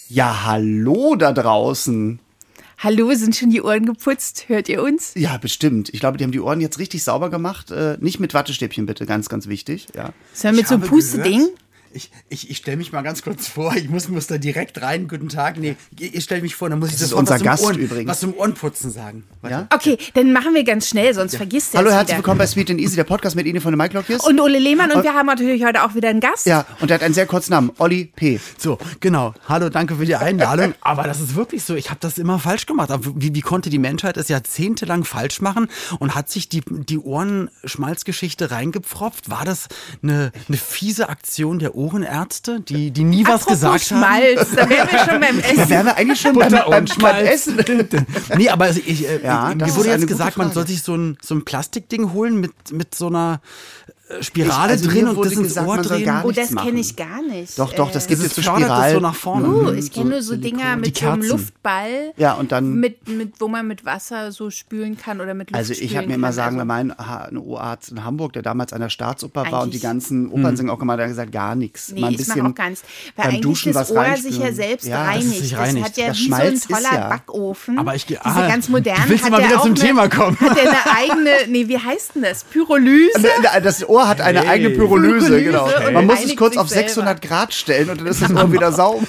Ja, hallo da draußen. Hallo, sind schon die Ohren geputzt? Hört ihr uns? Ja, bestimmt. Ich glaube, die haben die Ohren jetzt richtig sauber gemacht. Nicht mit Wattestäbchen bitte, ganz, ganz wichtig. Ja. Sondern mit so einem Pusteding? Ich stelle mich mal ganz kurz vor, ich muss da direkt rein, guten Tag. Nee, ich stelle mich vor, dann muss ich das unser Gast übrigens. Was zum Ohrenputzen sagen. Ja? Okay, dann machen wir ganz schnell, sonst vergisst ihr es Hallo, wieder. herzlich willkommen bei Sweet and Easy, der Podcast mit Ine von der Maiklok Und Ole Lehmann und wir haben natürlich heute auch wieder einen Gast. Ja, und der hat einen sehr kurzen Namen, Olli P. So, genau. Hallo, danke für die Einladung. Aber das ist wirklich so, ich habe das immer falsch gemacht. Aber wie konnte die Menschheit es jahrzehntelang falsch machen und hat sich die Ohrenschmalzgeschichte reingepfropft? War das eine fiese Aktion der Ohrenärzte, die nie was gesagt haben? Schmalz, da wären wir schon beim Essen. Da wären wir eigentlich schon beim Essen. Nee, aber mir das wurde ist eine jetzt gesagt, gute man soll Frage. sich so ein Plastikding holen mit so einer Spirale Also drin mir und wurde das ins gesagt, Ohr man soll drehen. gar Oh, nichts das kenne ich gar nicht. Doch, das gibt es so fördert das Spiralen. so nach vorne. Ich kenne nur so Dinger die mit so einem Kerzen. Luftball, Ja, und dann... wo man mit Wasser so spülen kann oder mit Luft Also ich habe mir immer sagen, mein Ohrarzt in Hamburg, der damals an der Staatsoper war und die Eigentlich- ganzen Opernsänger auch gemacht, der hat gesagt, gar nichts. Nee, Mal ein ich bisschen mache auch gar nichts. Weil beim eigentlich Duschen das was Ohr reinspülen. sich ja selbst Ja, das reinigt. sich Das reinigt. hat ja Das wie so ein Schmalz ist toller ja- Backofen. Aber Diese ganz modernen. du willst hat immer der wieder auch zum eine- Thema kommen. Hat der eine eigene, nee, wie heißt denn das? Pyrolyse? Das Ohr hat eine Hey. eigene Pyrolyse, Pyrolyse genau. und Man muss es reinigt kurz sich auf 600 Grad stellen und dann ist das Ohr wieder sauber.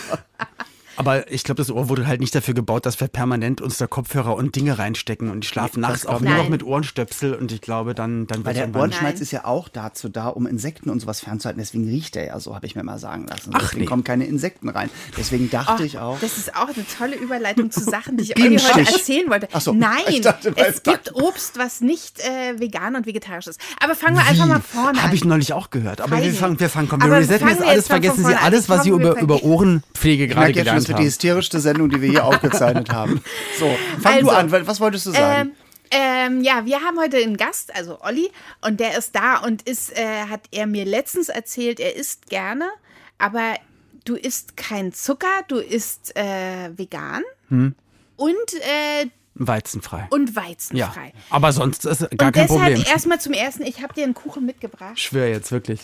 Aber ich glaube, das Ohr wurde halt nicht dafür gebaut, dass wir permanent uns da Kopfhörer und Dinge reinstecken und ich schlafe nachts auch nur Nein. noch mit Ohrenstöpsel und ich glaube, dann Weil wird der irgendwann... Ohrenschmalz Nein. ist ja auch dazu da, um Insekten und sowas fernzuhalten. Deswegen riecht er ja so, habe ich mir mal sagen lassen. Ach, Deswegen nee. kommen keine Insekten rein. Deswegen dachte ich auch. Das ist auch eine tolle Überleitung zu Sachen, die ich euch heute Bienenstich. erzählen wollte. Ach so, Nein, ich dachte, weil es gibt Obst, was nicht vegan und vegetarisch ist. Aber fangen wir einfach mal vorne an. Habe ich neulich auch gehört. Aber wir Freilich. fangen, komm, wir Aber resetten fangen jetzt wir alles, jetzt mal vergessen von Sie vorne an. alles, was Sie Ich hoffe, wir über Ohrenpflege Ich gerade merke jetzt schon, gelernt das wird die haben. hysterischste Sendung, die wir hier aufgezeichnet haben. So, fang du Also, an. Was wolltest du sagen? Ja, wir haben heute einen Gast, also Olli, und der ist da und hat er mir letztens erzählt, er isst gerne, aber du isst kein Zucker, du isst vegan und Weizenfrei. weizenfrei. Ja, aber sonst ist gar Und kein deshalb Problem. erstmal zum Ersten, ich habe dir einen Kuchen mitgebracht. Ich schwöre jetzt wirklich.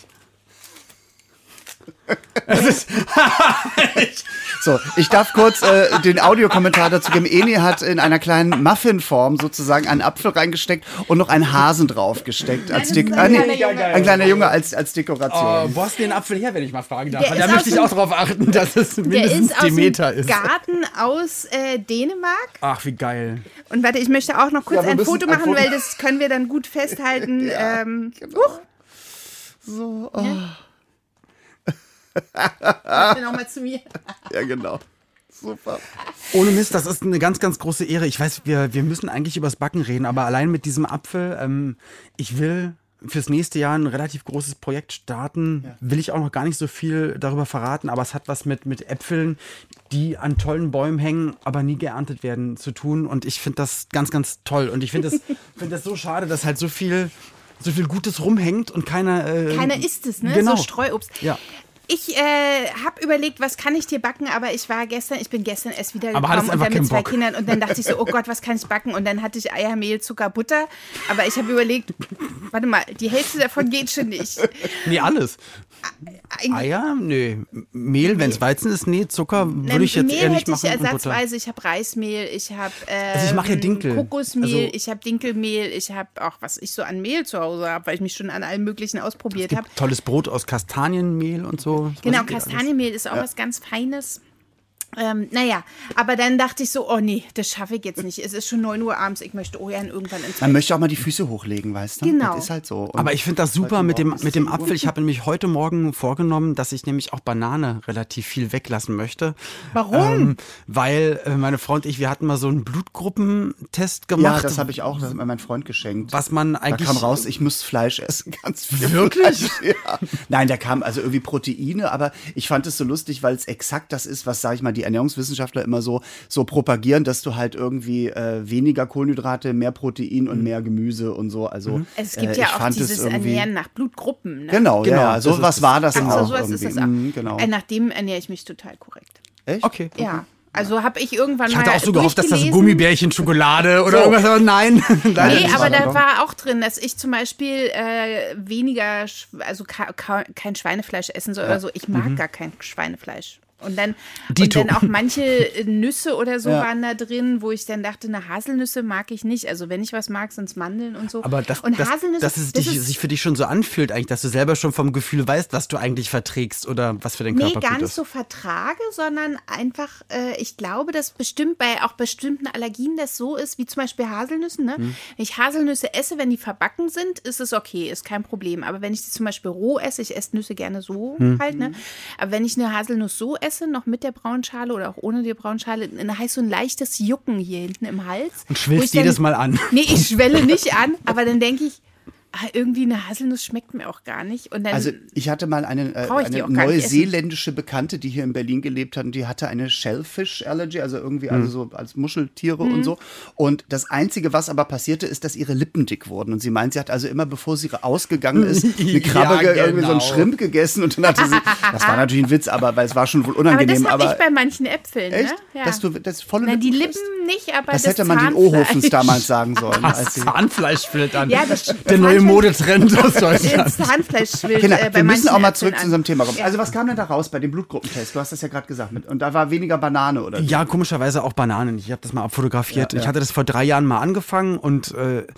So, ich darf kurz den Audiokommentar dazu geben. Eni hat in einer kleinen Muffinform sozusagen einen Apfel reingesteckt und noch einen Hasen draufgesteckt. Als das ist ein kleiner Junge. ein kleiner Junge als Dekoration. Wo hast du den Apfel her, wenn ich mal fragen darf? Der Weil ist da möchte aus ich auch darauf achten, dass es Der mindestens ist aus Demeter dem ist. Garten aus Dänemark. Ach, wie geil. Und warte, ich möchte auch noch kurz Ja, wir ein müssen Foto ein machen, Foto- weil das können wir dann gut festhalten. So, oh. Nochmal zu mir. Ja, genau. Super. Ohne Mist, das ist eine ganz, ganz große Ehre. Ich weiß, wir müssen eigentlich übers Backen reden, aber allein mit diesem Apfel, ich will fürs nächste Jahr ein relativ großes Projekt starten. Ja. Will ich auch noch gar nicht so viel darüber verraten, aber es hat was mit Äpfeln, die an tollen Bäumen hängen, aber nie geerntet werden, zu tun. Und ich finde das ganz, ganz toll. Und ich finde das so schade, dass halt so viel Gutes rumhängt und keiner isst es, ne? Genau. So Streuobst. Ja. Ich habe überlegt, was kann ich dir backen, aber ich bin gestern erst wieder Aber hattest gekommen und einfach dann mit keinen 2 Bock. Kindern und dann dachte ich so, oh Gott, was kann ich backen? Und dann hatte ich Eier, Mehl, Zucker, Butter, aber ich habe überlegt, warte mal, die Hälfte davon geht schon nicht. Nee, alles. Eigentlich- Eier? Nee. Mehl, wenn es Weizen ist, nee. Zucker würde ich jetzt Mehl eher nicht hätte ich machen. Und Butter. ersatzweise, ich habe Reismehl, ich habe ich mache ja Dinkel. Kokosmehl, Also- ich habe Dinkelmehl, ich habe auch, was ich so an Mehl zu Hause habe, weil ich mich schon an allem Möglichen ausprobiert habe. Tolles Brot aus Kastanienmehl und so. Genau, Das geht alles. Kastanienmehl ist auch was ganz Feines. Naja, aber dann dachte ich so, oh nee, das schaffe ich jetzt nicht. Es ist schon 9 Uhr abends, ich möchte Ojan irgendwann ins Man Bett. möchte auch mal die Füße hochlegen, weißt du? Genau. Das ist halt so. Und Aber ich finde das super heute mit dem, Morgen ist mit dem 10 Uhr. Apfel. Ich habe nämlich heute Morgen vorgenommen, dass ich nämlich auch Banane relativ viel weglassen möchte. Warum? Weil meine Frau und ich, wir hatten mal so einen Blutgruppentest Ja, gemacht. das habe ich auch, das hat mir mein Freund geschenkt. Was man Da eigentlich... kam raus, ich muss Fleisch essen, ganz viel. Wirklich? Ja. Nein, da kam also irgendwie Proteine, aber ich fand es so lustig, weil es exakt das ist, was, sag ich mal, die Ernährungswissenschaftler immer so propagieren, dass du halt irgendwie weniger Kohlenhydrate, mehr Protein und mehr Gemüse und so. Also Es gibt ich ja auch fand es dieses irgendwie- Ernähren nach Blutgruppen. Ne? Genau, Genau, ja, das so ist was das. war das Ach so, auch sowas irgendwie. ist das auch. Genau. Nach dem ernähre ich mich total korrekt. Echt? Okay. Ja, also habe ich irgendwann Ich hatte mal auch so gehofft, dass das durchgelesen. Gummibärchen, Schokolade oder irgendwas, aber nein. Leider Nee, nicht. aber da doch. war auch drin, dass ich zum Beispiel weniger, also kein Schweinefleisch essen soll oder so. Ich mag gar kein Schweinefleisch. Und dann Dito. auch manche Nüsse oder so waren da drin, wo ich dann dachte, Haselnüsse mag ich nicht. Also wenn ich was mag, sind es Mandeln und so. Aber Haselnüsse, dass es sich für dich schon so anfühlt, eigentlich, dass du selber schon vom Gefühl weißt, was du eigentlich verträgst oder was für den Körper gut ist. Nee, gar nicht so vertrage, sondern einfach, ich glaube, dass bestimmt bei auch bestimmten Allergien das so ist, wie zum Beispiel Haselnüssen. Ne? Wenn ich Haselnüsse esse, wenn die verbacken sind, ist es okay, ist kein Problem. Aber wenn ich die zum Beispiel roh esse, ich esse Nüsse gerne so halt, ne? Aber wenn ich eine Haselnuss so esse, noch mit der Braunschale oder auch ohne die Braunschale, dann heißt so ein leichtes Jucken hier hinten im Hals. Und schwillst jedes Mal an. Nee, ich schwelle nicht an, aber dann denke ich, irgendwie eine Haselnuss schmeckt mir auch gar nicht. Und dann Also ich hatte mal eine neuseeländische Bekannte, die hier in Berlin gelebt hat und die hatte eine Shellfish Allergy, also irgendwie also so als Muscheltiere und so. Und das Einzige, was aber passierte, ist, dass ihre Lippen dick wurden. Und sie meint, sie hat also immer, bevor sie ausgegangen ist, eine Krabbe, irgendwie so einen Shrimp gegessen und dann hatte sie, das war natürlich ein Witz, aber weil es war schon wohl unangenehm. Aber das habe ich bei manchen Äpfeln. Echt? Ne? Ja. Dass du das volle die Lippen nicht, aber das hätte man den O-Hofens damals sagen sollen. Das Zahnfleisch schwillt an. Ja, der neue Modetrend aus Deutschland. Zahnfleisch schwillt Kinder, bei wir müssen auch mal Äpfeln zurück zu unserem Thema kommen. Also was kam denn da raus bei dem Blutgruppentest? Du hast das ja gerade gesagt. Und da war weniger Banane, oder? Ja, komischerweise auch Bananen. Ich habe das mal abfotografiert. Ich hatte das vor 3 Jahren mal angefangen und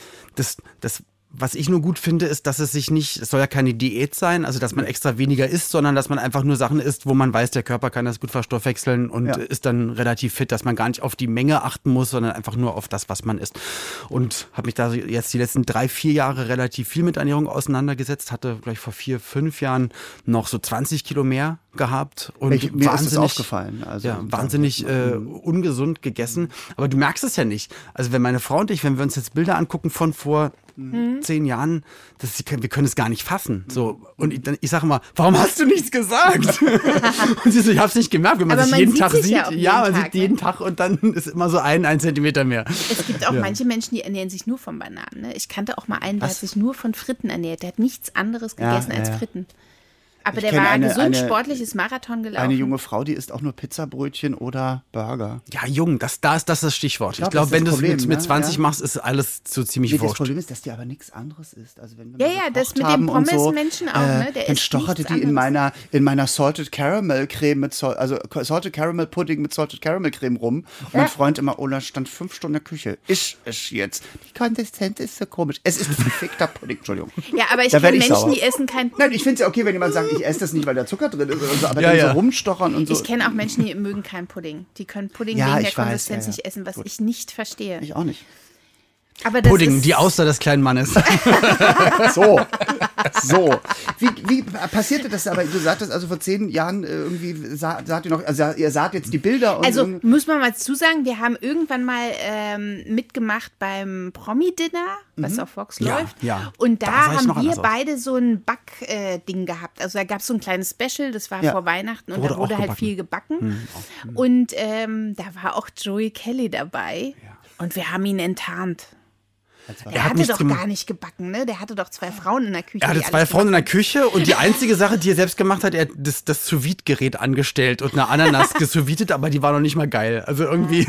was ich nur gut finde, ist, dass es soll ja keine Diät sein, also dass man extra weniger isst, sondern dass man einfach nur Sachen isst, wo man weiß, der Körper kann das gut verstoffwechseln und ist dann relativ fit, dass man gar nicht auf die Menge achten muss, sondern einfach nur auf das, was man isst. Und habe mich da jetzt die letzten 3-4 Jahre relativ viel mit Ernährung auseinandergesetzt, hatte gleich vor 4-5 Jahren noch so 20 Kilo mehr gehabt und mir ist das aufgefallen. Also, wahnsinnig ungesund gegessen. Aber du merkst es ja nicht. Also wenn meine Frau und ich, wenn wir uns jetzt Bilder angucken von vor 10 Jahren, wir können es gar nicht fassen. So, und ich sage immer, warum hast du nichts gesagt? Und sie so, ich habe es nicht gemerkt, wenn man sich jeden Tag sieht. Ja, man sieht jeden Tag und dann ist immer so 1 Zentimeter mehr. Es gibt auch manche Menschen, die ernähren sich nur von Bananen. Ne? Ich kannte auch mal einen, der hat sich nur von Fritten ernährt. Der hat nichts anderes gegessen als Fritten. Aber der war gesund, sportliches Marathon gelaufen. Eine junge Frau, die isst auch nur Pizzabrötchen oder Burger. Ja, jung, das ist das Stichwort. Ich glaube, wenn du es mit 20 machst, ist alles so ziemlich wurscht. Das Problem ist, dass die aber nichts anderes isst. Also wenn wir das mit dem Pommes-Menschen auch, ne? Der dann stocherte die in meiner Salted Caramel Creme also Salted Caramel Pudding mit Salted Caramel Creme rum. Und mein Freund immer, Ola stand 5 Stunden in der Küche. Ich jetzt. Die Konsistenz ist so komisch. Es ist verfickter Pudding, Entschuldigung. Ja, aber ich kenne Menschen, die essen kein Nein, ich finde es ja okay, wenn jemand sagt, ich esse das nicht, weil da Zucker drin ist oder so, aber dann so rumstochern und so. Ich kenne auch Menschen, die mögen keinen Pudding. Die können Pudding wegen der Konsistenz nicht essen, was ich nicht verstehe. Ich auch nicht. Aber das Pudding, die Auster des kleinen Mannes. So. Wie passierte das aber? Du sagtest also vor 10 Jahren irgendwie, saht ihr noch, also ihr saht jetzt die Bilder. Und also muss man mal zusagen, wir haben irgendwann mal mitgemacht beim Promi-Dinner, was auf Fox läuft. Ja. Und da haben wir beide so ein Back-Ding gehabt. Also da gab es so ein kleines Special, das war vor Weihnachten und da wurde halt viel gebacken. Und da war auch Joey Kelly dabei und wir haben ihn enttarnt. Der hatte doch gar nicht gebacken, ne? Der hatte doch 2 Frauen in der Küche. Er hatte 2 Frauen in der Küche und die einzige Sache, die er selbst gemacht hat, er hat das Sous-Vide-Gerät angestellt und eine Ananas gesous-videt, aber die war noch nicht mal geil. Also irgendwie,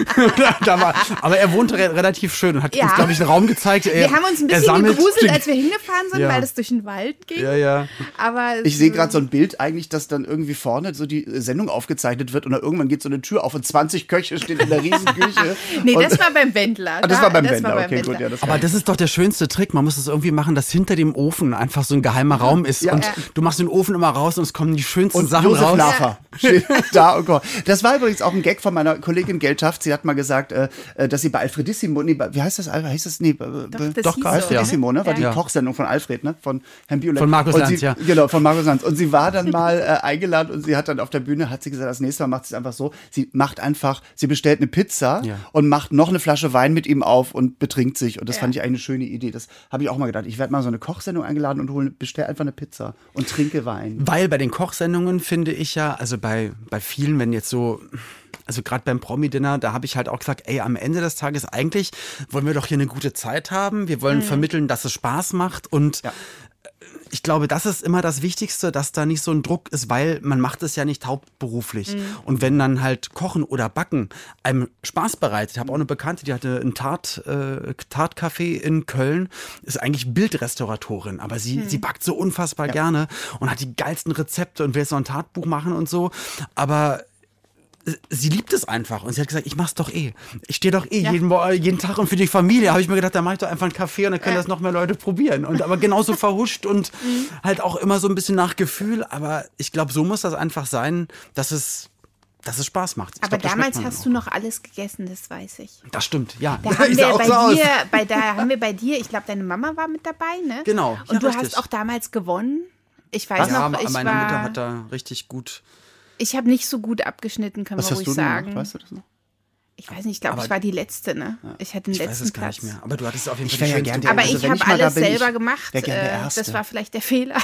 aber er wohnte relativ schön und hat uns, glaube ich, einen Raum gezeigt. Wir haben uns ein bisschen gegruselt, als wir hingefahren sind, weil es durch den Wald ging. Ja. Aber ich sehe gerade so ein Bild eigentlich, dass dann irgendwie vorne so die Sendung aufgezeichnet wird und dann irgendwann geht so eine Tür auf und 20 Köche stehen in der Riesenküche. Nee, das war beim Wendler. Das war beim Wendler, okay, gut, ja. Aber das ist doch der schönste Trick. Man muss es irgendwie machen, dass hinter dem Ofen einfach so ein geheimer Raum ist. Und du machst den Ofen immer raus und es kommen die schönsten Sachen Josef raus. Lafer steht da. Oh, das war übrigens auch ein Gag von meiner Kollegin Geldschaft. Sie hat mal gesagt, dass sie bei Alfredissimo, wie heißt das? Doch, Alfredissimo, ne? War die Kochsendung von Alfred, ne? Von Herrn Biolek. Von Markus Lanz, ja. Genau, von Markus Lanz. Und sie war dann mal eingeladen und sie hat dann auf der Bühne, hat sie gesagt, das nächste Mal macht sie es einfach so, sie bestellt eine Pizza und macht noch eine Flasche Wein mit ihm auf und betrinkt sich. Und das fand ich eine schöne Idee. Das habe ich auch mal gedacht. Ich werde mal so eine Kochsendung eingeladen und bestelle einfach eine Pizza und trinke Wein. Weil bei den Kochsendungen finde ich ja, also bei vielen, wenn jetzt so, also gerade beim Promi-Dinner, da habe ich halt auch gesagt, ey, am Ende des Tages eigentlich wollen wir doch hier eine gute Zeit haben. Wir wollen vermitteln, dass es Spaß macht und ich glaube, das ist immer das Wichtigste, dass da nicht so ein Druck ist, weil man macht es ja nicht hauptberuflich. Und wenn dann halt Kochen oder Backen einem Spaß bereitet. Ich habe auch eine Bekannte, die hatte ein Tartcafé in Köln, ist eigentlich Bildrestauratorin, aber sie backt so unfassbar gerne und hat die geilsten Rezepte und will jetzt noch ein Tartbuch machen und so, aber sie liebt es einfach und sie hat gesagt, ich mach's doch eh. Ich stehe doch jeden Tag und für die Familie habe ich mir gedacht, da mache ich doch einfach einen Kaffee und dann können das noch mehr Leute probieren. Und aber genauso verhuscht und halt auch immer so ein bisschen nach Gefühl. Aber ich glaube, so muss das einfach sein, dass es Spaß macht. Aber damals hast du noch alles gegessen, das weiß ich. Das stimmt, ja. Da haben wir bei dir, ich glaube, deine Mama war mit dabei, ne? Genau. Und du hast auch damals gewonnen. Ich weiß noch, meine Mutter hat da richtig gut. Ich habe nicht so gut abgeschnitten, kann man ruhig sagen. Weißt du das noch? Ich weiß nicht, ich glaube, ich war die Letzte, ne? Ich hatte den letzten weiß es gar Platz. nicht mehr. Aber du hattest auf jeden Ich Fall wäre die ja schönste gern Aber Also, ich wenn habe ich mal da alles bin, selber ich gemacht. wär gern der Erste. Das war vielleicht der Fehler.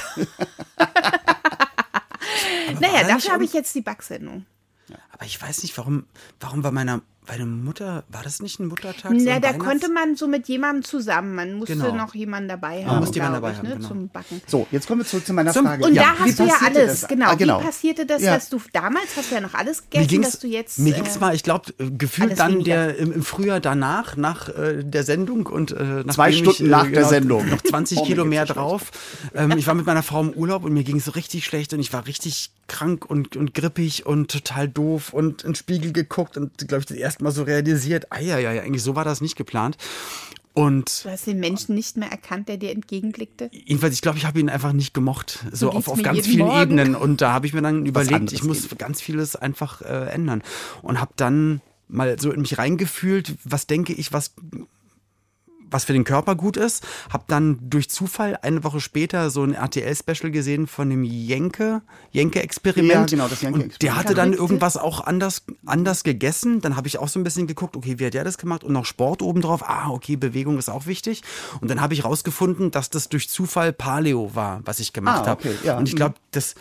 war Naja, da dafür nicht habe ich jetzt die Backsendung. Aber ich weiß nicht, warum war meine Mutter, war das nicht ein Muttertag? Ja, da konnte man so mit jemandem zusammen. Man musste noch jemanden dabei haben, musste jemanden dabei ich, ne, haben, genau. zum Backen. So, jetzt kommen wir zurück zu meiner Frage. Und Ja, da wie hast du ja passierte alles, das? genau. Ah, genau. Wie passierte das, dass du, damals hast du ja noch alles gegessen, dass du jetzt... Mir ging es mal, ich glaube, gefühlt alles dann weniger. im Frühjahr danach, nach der Sendung und nachdem 2 Stunden nach der Sendung. noch 20 Oh, mir Kilo geht's mehr so drauf. Ich war mit meiner Frau im Urlaub und mir ging es so richtig schlecht und ich war richtig krank und grippig und total doof und in den Spiegel geguckt und, glaube ich, das erste Mal so realisiert, eigentlich so war das nicht geplant. Und Du hast den Menschen nicht mehr erkannt, der dir entgegenblickte? jedenfalls, ich glaube, ich habe ihn einfach nicht gemocht, so geht's auf mir ganz jeden vielen Morgen. Ebenen. Und da habe ich mir dann überlegt, anderes ich muss ganz vieles einfach ändern. Und habe dann mal so in mich reingefühlt, was denke ich, was für den Körper gut ist. Habe dann durch Zufall eine Woche später so ein RTL-Special gesehen von dem Jenke-Experiment. Ja, genau, das Jenke-Experiment. Und der hatte dann irgendwas auch anders gegessen. Dann habe ich auch so ein bisschen geguckt, okay, wie hat der das gemacht? Und noch Sport obendrauf. Okay, Bewegung ist auch wichtig. Und dann habe ich rausgefunden, dass das durch Zufall Paleo war, was ich gemacht habe. okay, ja. Und ich glaube, das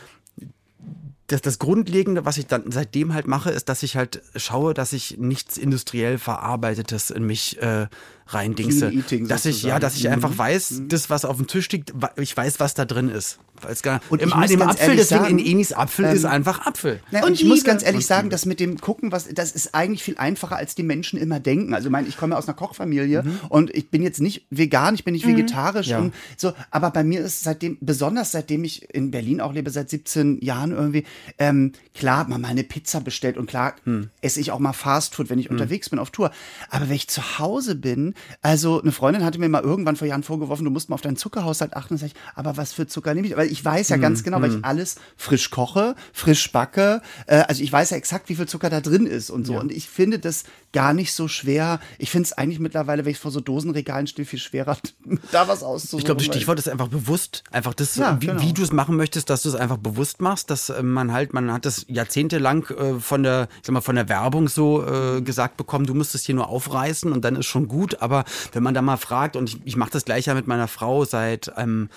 Grundlegende, was ich dann seitdem halt mache, ist, dass ich halt schaue, dass ich nichts industriell Verarbeitetes in mich reindingse. Clean Eating dass ich einfach weiß, das, was auf dem Tisch liegt, ich weiß, was da drin ist. Und ich muss dem ganz Apfel, ehrlich deswegen sagen, in Enis Apfel ist einfach Apfel. Na, und Und ich muss Liebe. ganz ehrlich sagen, dass mit dem Gucken, das ist eigentlich viel einfacher, als die Menschen immer denken. Also ich komme ja aus einer Kochfamilie und ich bin jetzt nicht vegan, ich bin nicht vegetarisch Ja. und so, aber bei mir ist besonders seitdem ich in Berlin auch lebe, seit 17 Jahren irgendwie, klar, man mal eine Pizza bestellt und klar esse ich auch mal Fastfood, wenn ich unterwegs bin auf Tour. Aber wenn ich zu Hause bin, also eine Freundin hatte mir mal irgendwann vor Jahren vorgeworfen, du musst mal auf deinen Zuckerhaushalt achten. Und sag ich, aber was für Zucker nehme ich? Weil ich weiß ja ganz genau, weil ich alles frisch koche, frisch backe. Also ich weiß ja exakt, wie viel Zucker da drin ist und so. Ja. Und ich finde das gar nicht so schwer. Ich finde es eigentlich mittlerweile, wenn ich vor so Dosenregalen stehe, viel schwerer, da was auszusuchen. Ich glaube, das Stichwort ist einfach bewusst. Einfach das, wie du es machen möchtest, dass du es einfach bewusst machst, dass man hat das jahrzehntelang von der Werbung so gesagt bekommen, du musst es hier nur aufreißen und dann ist schon gut. Aber wenn man da mal fragt, und ich mache das gleich ja mit meiner Frau seit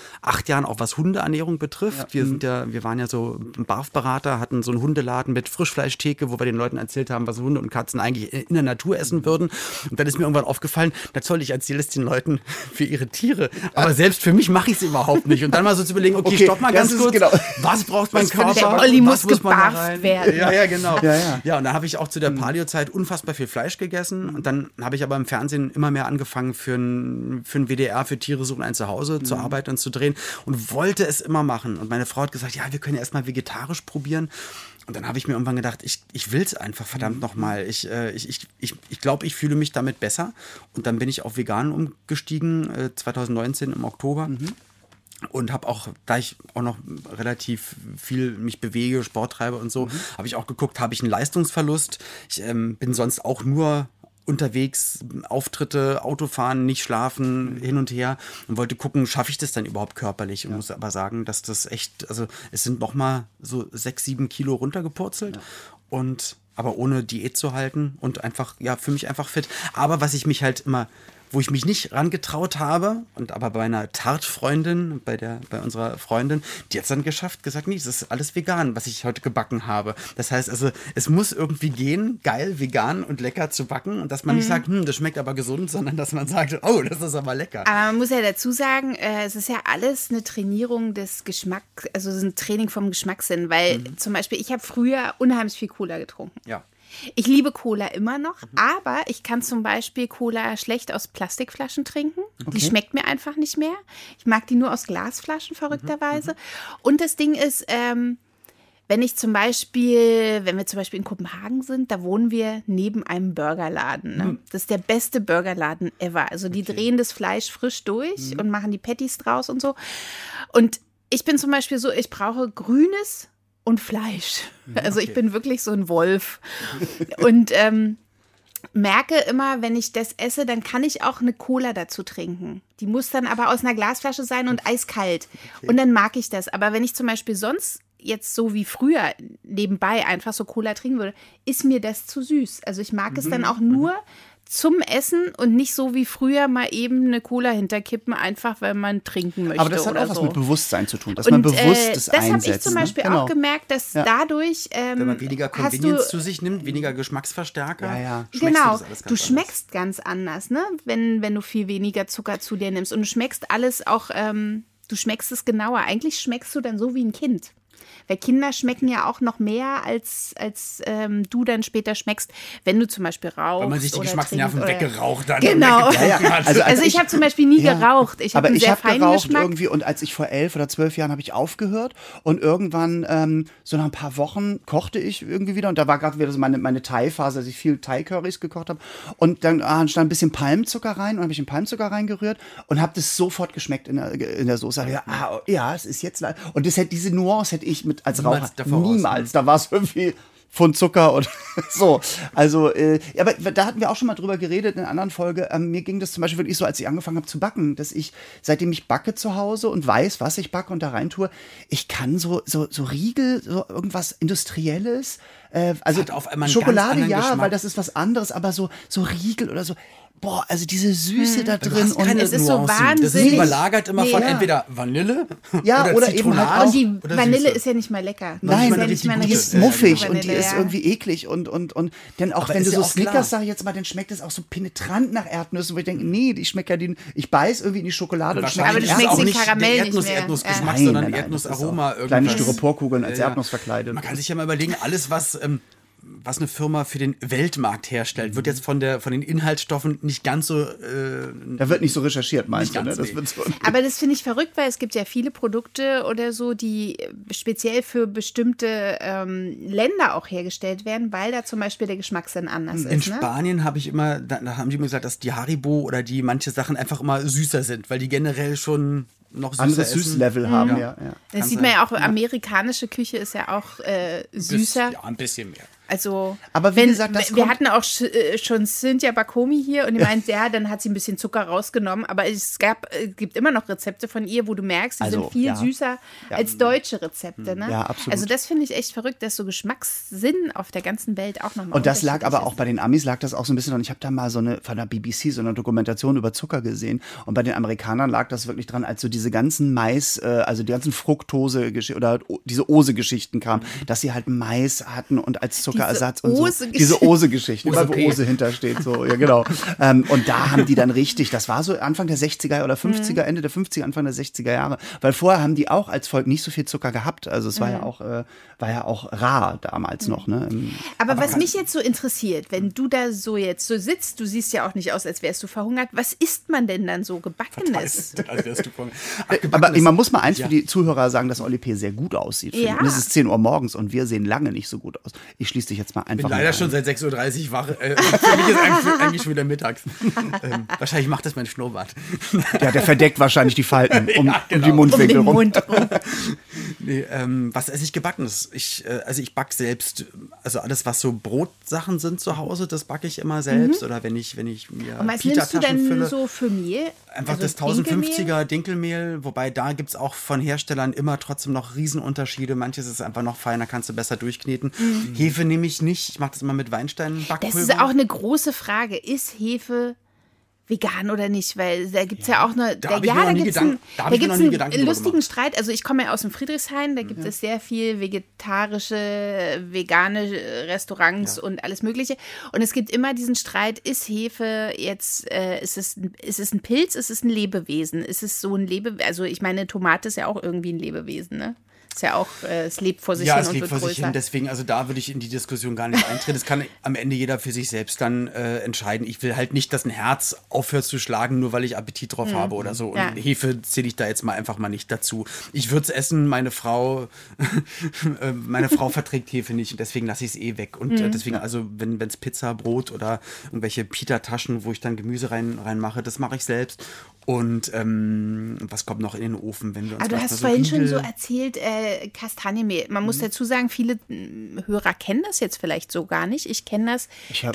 8 Jahren, auch was Hundeernährung betrifft. Ja. Wir waren ja so BARF-Berater, hatten so einen Hundeladen mit Frischfleischtheke, wo wir den Leuten erzählt haben, was Hunde und Katzen eigentlich in der Natur essen würden. Und dann ist mir irgendwann aufgefallen, toll, ich erzähle es den Leuten für ihre Tiere. Aber selbst für mich mache ich es überhaupt nicht. Und dann mal so zu überlegen, okay, stopp mal ganz kurz. Genau. Was braucht mein Körper? Der Olli muss gebarft werden. Ja, genau. Ja, und dann habe ich auch zu der Paleo-Zeit unfassbar viel Fleisch gegessen. Und dann habe ich aber im Fernsehen immer mehr angefangen, für ein WDR, für Tiere suchen ein Zuhause zu arbeiten und zu drehen und wollte es immer machen. Und meine Frau hat gesagt, ja, wir können ja erstmal vegetarisch probieren. Und dann habe ich mir irgendwann gedacht, ich will es einfach verdammt nochmal. Ich glaube, ich fühle mich damit besser. Und dann bin ich auf vegan umgestiegen, 2019 im Oktober. Und habe auch, da ich auch noch relativ viel mich bewege, Sport treibe und so, habe ich auch geguckt, habe ich einen Leistungsverlust. Ich bin sonst auch nur unterwegs, Auftritte, Autofahren, nicht schlafen, hin und her und wollte gucken, schaffe ich das dann überhaupt körperlich? Und muss aber sagen, dass das echt, also es sind nochmal so 6-7 Kilo runtergepurzelt und aber ohne Diät zu halten und einfach, ja, für mich einfach fit. Aber was ich mich halt immer, wo ich mich nicht rangetraut habe, und aber bei einer Tartfreundin, bei unserer Freundin, die hat es dann geschafft, gesagt, nee, das ist alles vegan, was ich heute gebacken habe. Das heißt also, es muss irgendwie gehen, geil, vegan und lecker zu backen und dass man nicht sagt, das schmeckt aber gesund, sondern dass man sagt, oh, das ist aber lecker. Aber man muss ja dazu sagen, es ist ja alles eine Trainierung des Geschmacks, also es ist ein Training vom Geschmackssinn, weil zum Beispiel ich habe früher unheimlich viel Cola getrunken. Ja. Ich liebe Cola immer noch, aber ich kann zum Beispiel Cola schlecht aus Plastikflaschen trinken. Die schmeckt mir einfach nicht mehr. Ich mag die nur aus Glasflaschen, verrückterweise. Und das Ding ist, wenn wir zum Beispiel in Kopenhagen sind, da wohnen wir neben einem Burgerladen. Ne? Das ist der beste Burgerladen ever. Also die drehen das Fleisch frisch durch und machen die Patties draus und so. Und ich bin zum Beispiel so, ich brauche grünes und Fleisch. Also ich bin wirklich so ein Wolf. Und merke immer, wenn ich das esse, dann kann ich auch eine Cola dazu trinken. Die muss dann aber aus einer Glasflasche sein und eiskalt. Und dann mag ich das. Aber wenn ich zum Beispiel sonst jetzt so wie früher nebenbei einfach so Cola trinken würde, ist mir das zu süß. Also ich mag es dann auch nur zum Essen und nicht so wie früher mal eben eine Cola hinterkippen, einfach weil man trinken möchte. Aber das hat oder auch was so. mit Bewusstsein zu tun, dass man bewusst es einsetzt. Das habe ich zum Beispiel auch gemerkt, dass dadurch wenn man weniger Convenience zu sich nimmt, weniger Geschmacksverstärker, genau, das alles du schmeckst ganz anders, ne? Wenn du viel weniger Zucker zu dir nimmst und du schmeckst alles auch, du schmeckst es genauer. Eigentlich schmeckst du dann so wie ein Kind. Weil Kinder schmecken ja auch noch mehr, als du dann später schmeckst, wenn du zum Beispiel rauchst. Wenn man sich die Geschmacksnerven weggeraucht hat. Genau. Hat. Also ich habe zum Beispiel nie geraucht. Ich habe einen sehr feinen geraucht Geschmack. irgendwie und als ich vor 11 oder 12 Jahren habe ich aufgehört und irgendwann so nach ein paar Wochen kochte ich irgendwie wieder und da war gerade wieder so meine Thai-Phase, dass ich viel Thai-Currys gekocht habe und dann stand ein bisschen Palmzucker rein und habe ich den Palmzucker reingerührt und habe das sofort geschmeckt in der Soße. Es ist jetzt und diese Nuance hätte ich als Raucher niemals. Da war es irgendwie von Zucker und so. Also, aber da hatten wir auch schon mal drüber geredet in einer anderen Folge. Mir ging das zum Beispiel wirklich so, als ich angefangen habe zu backen, dass ich, seitdem ich backe zu Hause und weiß, was ich backe und da rein tue, ich kann so Riegel, so irgendwas Industrielles, also auf einmal einen Schokolade, ganz anderen Geschmack. weil das ist was anderes, aber so Riegel oder so. Boah, also diese Süße da drin. Und es ist so Nuancen. wahnsinnig. Das ist überlagert immer von entweder Vanille oder eben halt Und auch. die oder Vanille Süße. ist ja nicht mal lecker. Nein, das ist ja nicht mal die eine ist richtige muffig Vanille, und die ist ja. irgendwie eklig und dann auch, Aber wenn ist du ja so auch Snickers, klar. sag ich jetzt mal, dann schmeckt es auch so penetrant nach Erdnüssen, wo ich denke, nee, ich beiß irgendwie in die Schokolade und Aber du ist schmeckst auch den nicht Karamell der nicht mehr. Erdnussgeschmack, Nein, sondern nein, das Erdnussaroma. ist auch kleine irgendwas. Styroporkugeln als Erdnuss verkleidet. Man kann sich ja mal überlegen, alles, was eine Firma für den Weltmarkt herstellt, wird jetzt von den Inhaltsstoffen nicht ganz so... Da wird nicht so recherchiert, meinst du, ne? Das wird so. Aber das finde ich verrückt, weil es gibt ja viele Produkte oder so, die speziell für bestimmte Länder auch hergestellt werden, weil da zum Beispiel der Geschmackssinn anders ist. In Ne? Spanien da haben die immer gesagt, dass die Haribo oder die manche Sachen einfach immer süßer sind, weil die generell schon noch süßer Anderes essen. Süßlevel haben, ja. Das sieht man ja auch, amerikanische Küche ist ja auch süßer. Ja, ein bisschen mehr. Also, Aber wie gesagt, das wir kommt- hatten auch schon Cynthia Bakomi hier und die meint, ja, dann hat sie ein bisschen Zucker rausgenommen, aber es gibt immer noch Rezepte von ihr, wo du merkst, die sind viel süßer als deutsche Rezepte. Ne? Ja, absolut. Also das finde ich echt verrückt, dass so Geschmackssinn auf der ganzen Welt auch nochmal Und das lag aber unterschiedlich auch bei den Amis lag das auch so ein bisschen, und ich habe da mal von der BBC so eine Dokumentation über Zucker gesehen und bei den Amerikanern lag das wirklich dran, als so diese ganzen also die ganzen Fructose oder diese Ose-Geschichten kamen, dass sie halt Mais hatten und als Zuckerersatz und so. Diese Ose-Geschichten, überall wo Ose hintersteht, so, ja genau. Und da haben die dann richtig, das war so Anfang der 60er oder 50er, Ende der 50er, Anfang der 60er Jahre, weil vorher haben die auch als Volk nicht so viel Zucker gehabt, also es war ja auch rar damals noch, ne? Aber was mich jetzt so interessiert, wenn du da so jetzt so sitzt, du siehst ja auch nicht aus, als wärst du verhungert, was isst man denn dann so Gebackenes? Aber man muss mal eins für die Zuhörer sagen, dass Oli P. sehr gut aussieht. finde ich. Ja. Und es ist 10 Uhr morgens und wir sehen lange nicht so gut aus. Ich schließe dich jetzt mal Ich einfach bin leider mal schon seit 6.30 Uhr wach. Für mich ist eigentlich schon wieder mittags. Wahrscheinlich macht das mein Schnurrbart. Ja, der verdeckt wahrscheinlich die Falten um die genau. Mundwinkel Um den rum. Mund rum. Nee, was esse ich Gebackenes? Ich backe selbst, also alles, was so Brotsachen sind zu Hause, das backe ich immer selbst. Oder wenn ich mir Und was nimmst du Pita-Taschen denn fülle. so für Mehl? Einfach Also das 1050er Dinkelmehl, wobei da gibt es auch von Herstellern immer trotzdem noch Riesenunterschiede. Manches ist einfach noch feiner, kannst du besser durchkneten. Hefe nehme ich nicht, ich mache das immer mit Weinstein-Backpulver. Das ist auch eine große Frage. Ist Hefe vegan oder nicht, weil da gibt es ja auch eine, Da habe ich mir noch nie Gedanken einen lustigen Streit. Also ich komme ja aus dem Friedrichshain, da gibt es sehr viel vegetarische, vegane Restaurants und alles Mögliche. Und es gibt immer diesen Streit, ist Hefe jetzt, ist es ein Pilz, ist es ein Lebewesen? Ist es so ein Lebewesen? Also ich meine, Tomate ist ja auch irgendwie ein Lebewesen, ne? Ist ja auch, es lebt vor sich hin und wird größer. Ja, es lebt vor sich hin, deswegen, also da würde ich in die Diskussion gar nicht eintreten. Das kann am Ende jeder für sich selbst dann entscheiden. Ich will halt nicht, dass ein Herz aufhört zu schlagen, nur weil ich Appetit drauf habe oder so. Und Hefe zähle ich da jetzt mal einfach mal nicht dazu. Ich würde es essen, meine Frau verträgt Hefe nicht und deswegen lasse ich es eh weg. Und deswegen, also wenn es Pizza, Brot oder irgendwelche Pita-Taschen, wo ich dann Gemüse reinmache, das mache ich selbst. Und was kommt noch in den Ofen, wenn wir uns Aber du hast vorhin schon so erzählt, Kastanienmehl. Man muss dazu sagen, viele Hörer kennen das jetzt vielleicht so gar nicht. Ich kenne das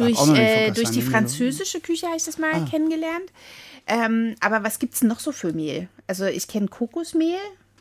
durch die französische Küche, habe ich das mal kennengelernt. Aber was gibt es noch so für Mehl? Also ich kenne Kokosmehl.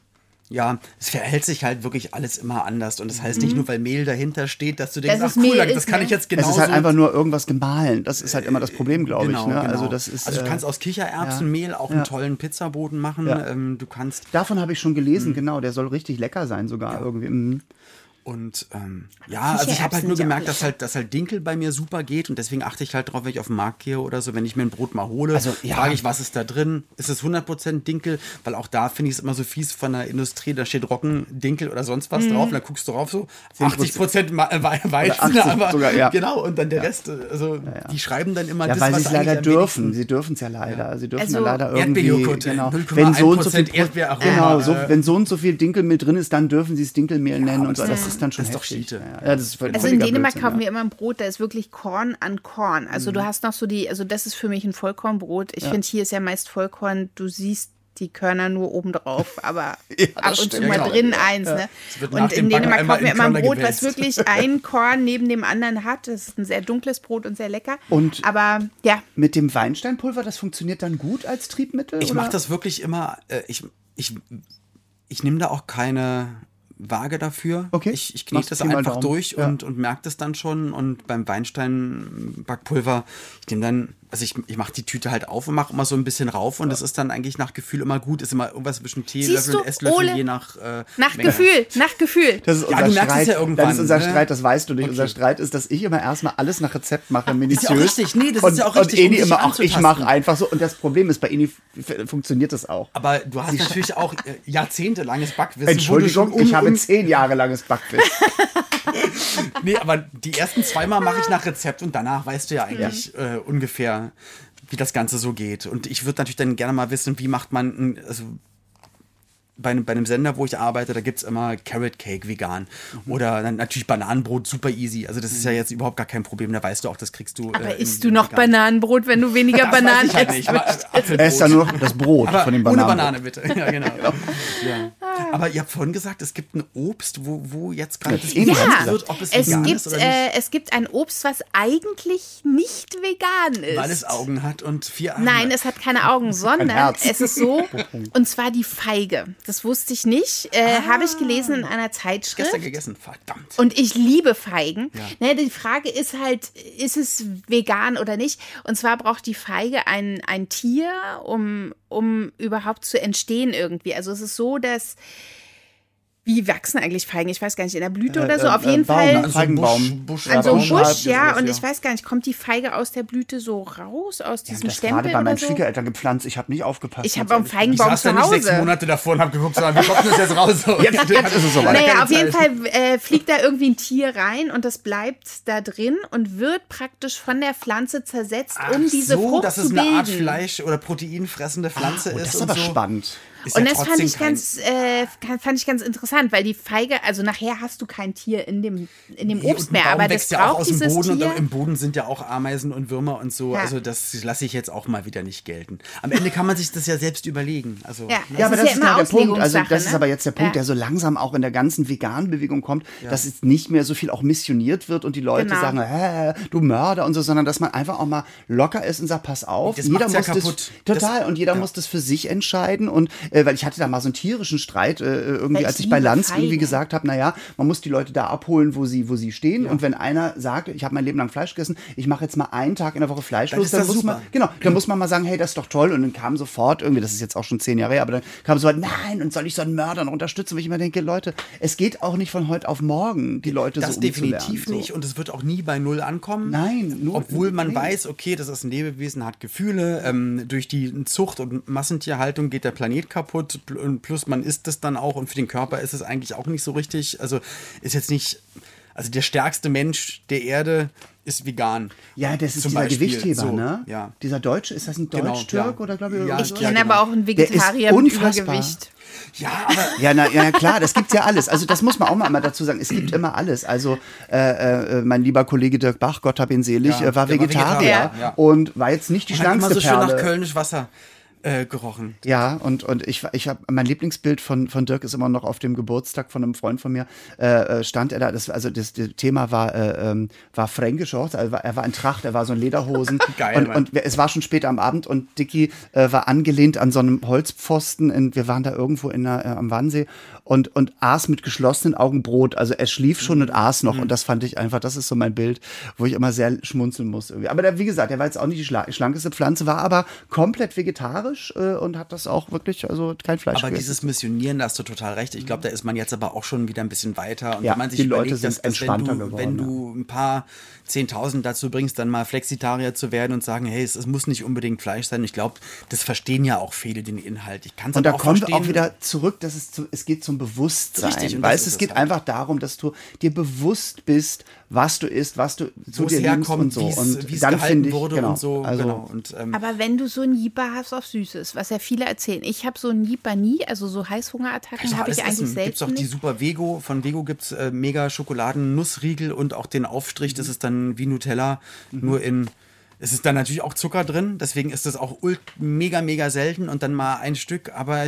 Ja, es verhält sich halt wirklich alles immer anders. Und das heißt nicht nur, weil Mehl dahinter steht, dass du denkst, ach cool, das kann ich jetzt genauso. Es ist halt einfach nur irgendwas gemahlen. Das ist halt immer das Problem, glaube ich. Ne? Genau. Also du kannst aus Kichererbsenmehl auch einen tollen Pizzaboden machen. Ja. Du kannst. Davon habe ich schon gelesen, genau. Der soll richtig lecker sein sogar irgendwie. Und also ich habe halt nur gemerkt, dass halt Dinkel bei mir super geht und deswegen achte ich halt drauf, wenn ich auf den Markt gehe oder so, wenn ich mir ein Brot mal hole, frage ich, was ist da drin? Ist es 100% Dinkel? Weil auch da finde ich es immer so fies von der Industrie, da steht Roggendinkel oder sonst was drauf und dann guckst du drauf so, 80% Weizen, aber sogar, genau, und dann der Rest, also die schreiben dann immer das, weil sie es leider dürfen. Sie dürfen es ja leider. Sie dürfen ja leider irgendwie, Erdbeerjoghurt, genau. 0,1% Erdbeeraroma. Genau, wenn so und so viel Dinkelmehl drin ist, dann dürfen sie es Dinkelmehl nennen und so. Das ist dann schon doch Schiete. Ja, das ist also in Dänemark kaufen wir immer ein Brot, da ist wirklich Korn an Korn. Also du hast noch so also das ist für mich ein Vollkornbrot. Ich finde, hier ist ja meist Vollkorn, du siehst die Körner nur oben drauf, aber ab und zu mal drin eins. Ne? Und in Dänemark kaufen wir immer ein Brot, was wirklich ein Korn neben dem anderen hat. Das ist ein sehr dunkles Brot und sehr lecker. Aber ja. Mit dem Weinsteinpulver, das funktioniert dann gut als Triebmittel? Ich mache das wirklich immer, ich nehme da auch keine Waage dafür. Okay. Ich knete das einfach durch und merke das dann schon. Und beim Weinstein-Backpulver, ich nehme dann, also ich mache die Tüte halt auf und mache immer so ein bisschen rauf und das ist dann eigentlich nach Gefühl immer gut. Ist immer irgendwas zwischen Teelöffel und Esslöffel, je nach Menge. Nach Gefühl. Das ist unser du merkst Streit. es ja irgendwann. Das ist unser Streit, das weißt du nicht. Okay. Unser Streit ist, dass ich immer erstmal alles nach Rezept mache, minutiös. Das ist ja auch richtig. Nee, das ist ja auch richtig. Und Eni immer, ich mache einfach so. Und das Problem ist, bei Eni funktioniert das auch. Aber du hast natürlich auch jahrzehntelanges Backwissen. Entschuldigung, ich habe 10 Jahre langes Backwissen. Nee, aber die ersten 2 Mal mache ich nach Rezept und danach weißt du ja eigentlich ungefähr, wie das Ganze so geht. Und ich würde natürlich dann gerne mal wissen, wie macht man, also bei einem Sender, wo ich arbeite, da gibt es immer Carrot Cake vegan. Oder dann natürlich Bananenbrot, super easy. Also das ist ja jetzt überhaupt gar kein Problem, da weißt du auch, das kriegst du. Aber isst du noch vegan. Bananenbrot, wenn du weniger Bananen isst? Halt nicht, aber er isst dann nur das Brot von dem Bananenbrot. Ohne Banane bitte, ja genau. Ja. Aber ihr habt vorhin gesagt, es gibt ein Obst, wo jetzt gerade das wird, ob es vegan ist oder nicht. Es gibt ein Obst, was eigentlich nicht vegan ist. Weil es Augen hat und 4 Arme. Nein, es hat keine Augen, sondern es ist so, und zwar die Feige. Das wusste ich nicht. Habe ich gelesen in einer Zeitschrift. Gestern gegessen, verdammt. Und ich liebe Feigen. Ja. Ne, die Frage ist halt, ist es vegan oder nicht? Und zwar braucht die Feige ein Tier, um überhaupt zu entstehen irgendwie. Also es ist so, dass wie wachsen eigentlich Feigen? Ich weiß gar nicht, in der Blüte oder so. Auf jeden Fall. Feigenbaum. An so einem Busch, ja. Und ich weiß gar nicht, kommt die Feige aus der Blüte so raus, aus diesem Stempel gerade bei meinen so? Schwiegereltern gepflanzt. Ich habe nicht aufgepasst. Ich habe am Feigenbaum zu Hause. Ich saß da nicht 6 Monate davor und habe geguckt, sondern wie kommt das jetzt raus? Jetzt ist es soweit. Naja, auf jeden Fall fliegt da irgendwie ein Tier rein und das bleibt da drin und wird praktisch von der Pflanze zersetzt, um diese Frucht dass zu es bilden. eine Art Fleisch- oder proteinfressende Pflanze ist. Das ist aber spannend. Und das fand ich ganz interessant, weil die Feige, also nachher hast du kein Tier in dem Obst mehr, aber das ja auch braucht aus dem dieses Boden Tier. Und im Boden sind ja auch Ameisen und Würmer und so, also das lasse ich jetzt auch mal wieder nicht gelten. Am Ende kann man sich das ja selbst überlegen. Also, ja, aber das ist ja der Punkt, also das ist ne? aber jetzt der Punkt, der so langsam auch in der ganzen veganen Bewegung kommt, dass es nicht mehr so viel auch missioniert wird und die Leute sagen, du Mörder und so, sondern dass man einfach auch mal locker ist und sagt, pass auf, das jeder muss das total und jeder muss das für sich entscheiden und weil ich hatte da mal so einen tierischen Streit, irgendwie, als ich bei Lanz irgendwie gesagt habe, naja, man muss die Leute da abholen, wo sie stehen. Und wenn einer sagt, ich habe mein Leben lang Fleisch gegessen, ich mache jetzt mal einen Tag in der Woche fleischlos, dann muss man mal sagen, hey, das ist doch toll. Und dann kam sofort irgendwie, das ist jetzt auch schon 10 Jahre her, aber dann kam so halt, nein, und soll ich so einen Mörder noch unterstützen? Wo ich immer denke, Leute, es geht auch nicht von heute auf morgen, die Leute das so definitiv so. nicht und es wird auch nie bei Null ankommen. Nein. Obwohl man weiß, okay, das ist ein Lebewesen, hat Gefühle. Durch die Zucht und Massentierhaltung geht der Planet kaputt. Plus man isst es dann auch und für den Körper ist es eigentlich auch nicht so richtig. Also ist jetzt nicht... Also der stärkste Mensch der Erde ist vegan. Ja, das ist dieser Gewichtheber, so, ne? Ja. Dieser Deutsche, ist das ein Deutsch-Türk oder glaube ich? Ja, ich kenne aber auch einen Vegetarier mit Übergewicht. Ja, aber ja, klar, das gibt's ja alles. Also das muss man auch mal dazu sagen. Es gibt immer alles. Also mein lieber Kollege Dirk Bach, Gott hab ihn selig, war Vegetarier und war jetzt nicht die schlankste Perle. Perle. Schön nach Kölnisch Wasser gerochen. Ja, und ich habe mein Lieblingsbild von Dirk ist immer noch auf dem Geburtstag von einem Freund von mir, stand er da, das Thema war fränkische Hochzeit, also er war in Tracht, er war so in Lederhosen. Geil, und es war schon spät am Abend und Dicky war angelehnt an so einem Holzpfosten, wir waren da irgendwo am Wannsee und aß mit geschlossenen Augen Brot, also er schlief schon und aß noch und das fand ich einfach, das ist so mein Bild, wo ich immer sehr schmunzeln muss irgendwie. Aber wie gesagt, er war jetzt auch nicht die schlankeste Pflanze, war aber komplett vegetarisch und hat das auch wirklich, also kein Fleisch Aber gegessen. dieses Missionieren, da hast du total recht. Ich glaube, da ist man jetzt aber auch schon wieder ein bisschen weiter. Und ja, wenn man sich die überlegt, Leute sind entspannter geworden. Wenn du ein paar 10.000 dazu bringst, dann mal Flexitarier zu werden und sagen, hey, es muss nicht unbedingt Fleisch sein. Ich glaube, das verstehen ja auch viele, den Inhalt. Ich kann es und da auch kommen verstehen. wir auch wieder zurück, dass es geht zum Bewusstsein. Richtig, weißt, es geht einfach darum, dass du dir bewusst bist, was du isst, was du zu dir nimmst und so. Wie es dann gehalten wurde genau, und so. Also, genau. Und, aber wenn du so ein Jieper hast auf Süßes, was ja viele erzählen, ich habe so ein Jieper nie, also so Heißhungerattacken habe ich eigentlich selbst Gibt's auch die Super Vego, von Vego gibt es mega Schokoladen-Nussriegel und auch den Aufstrich, das ist dann wie Nutella, nur es ist dann natürlich auch Zucker drin, deswegen ist das auch mega, mega selten und dann mal ein Stück, aber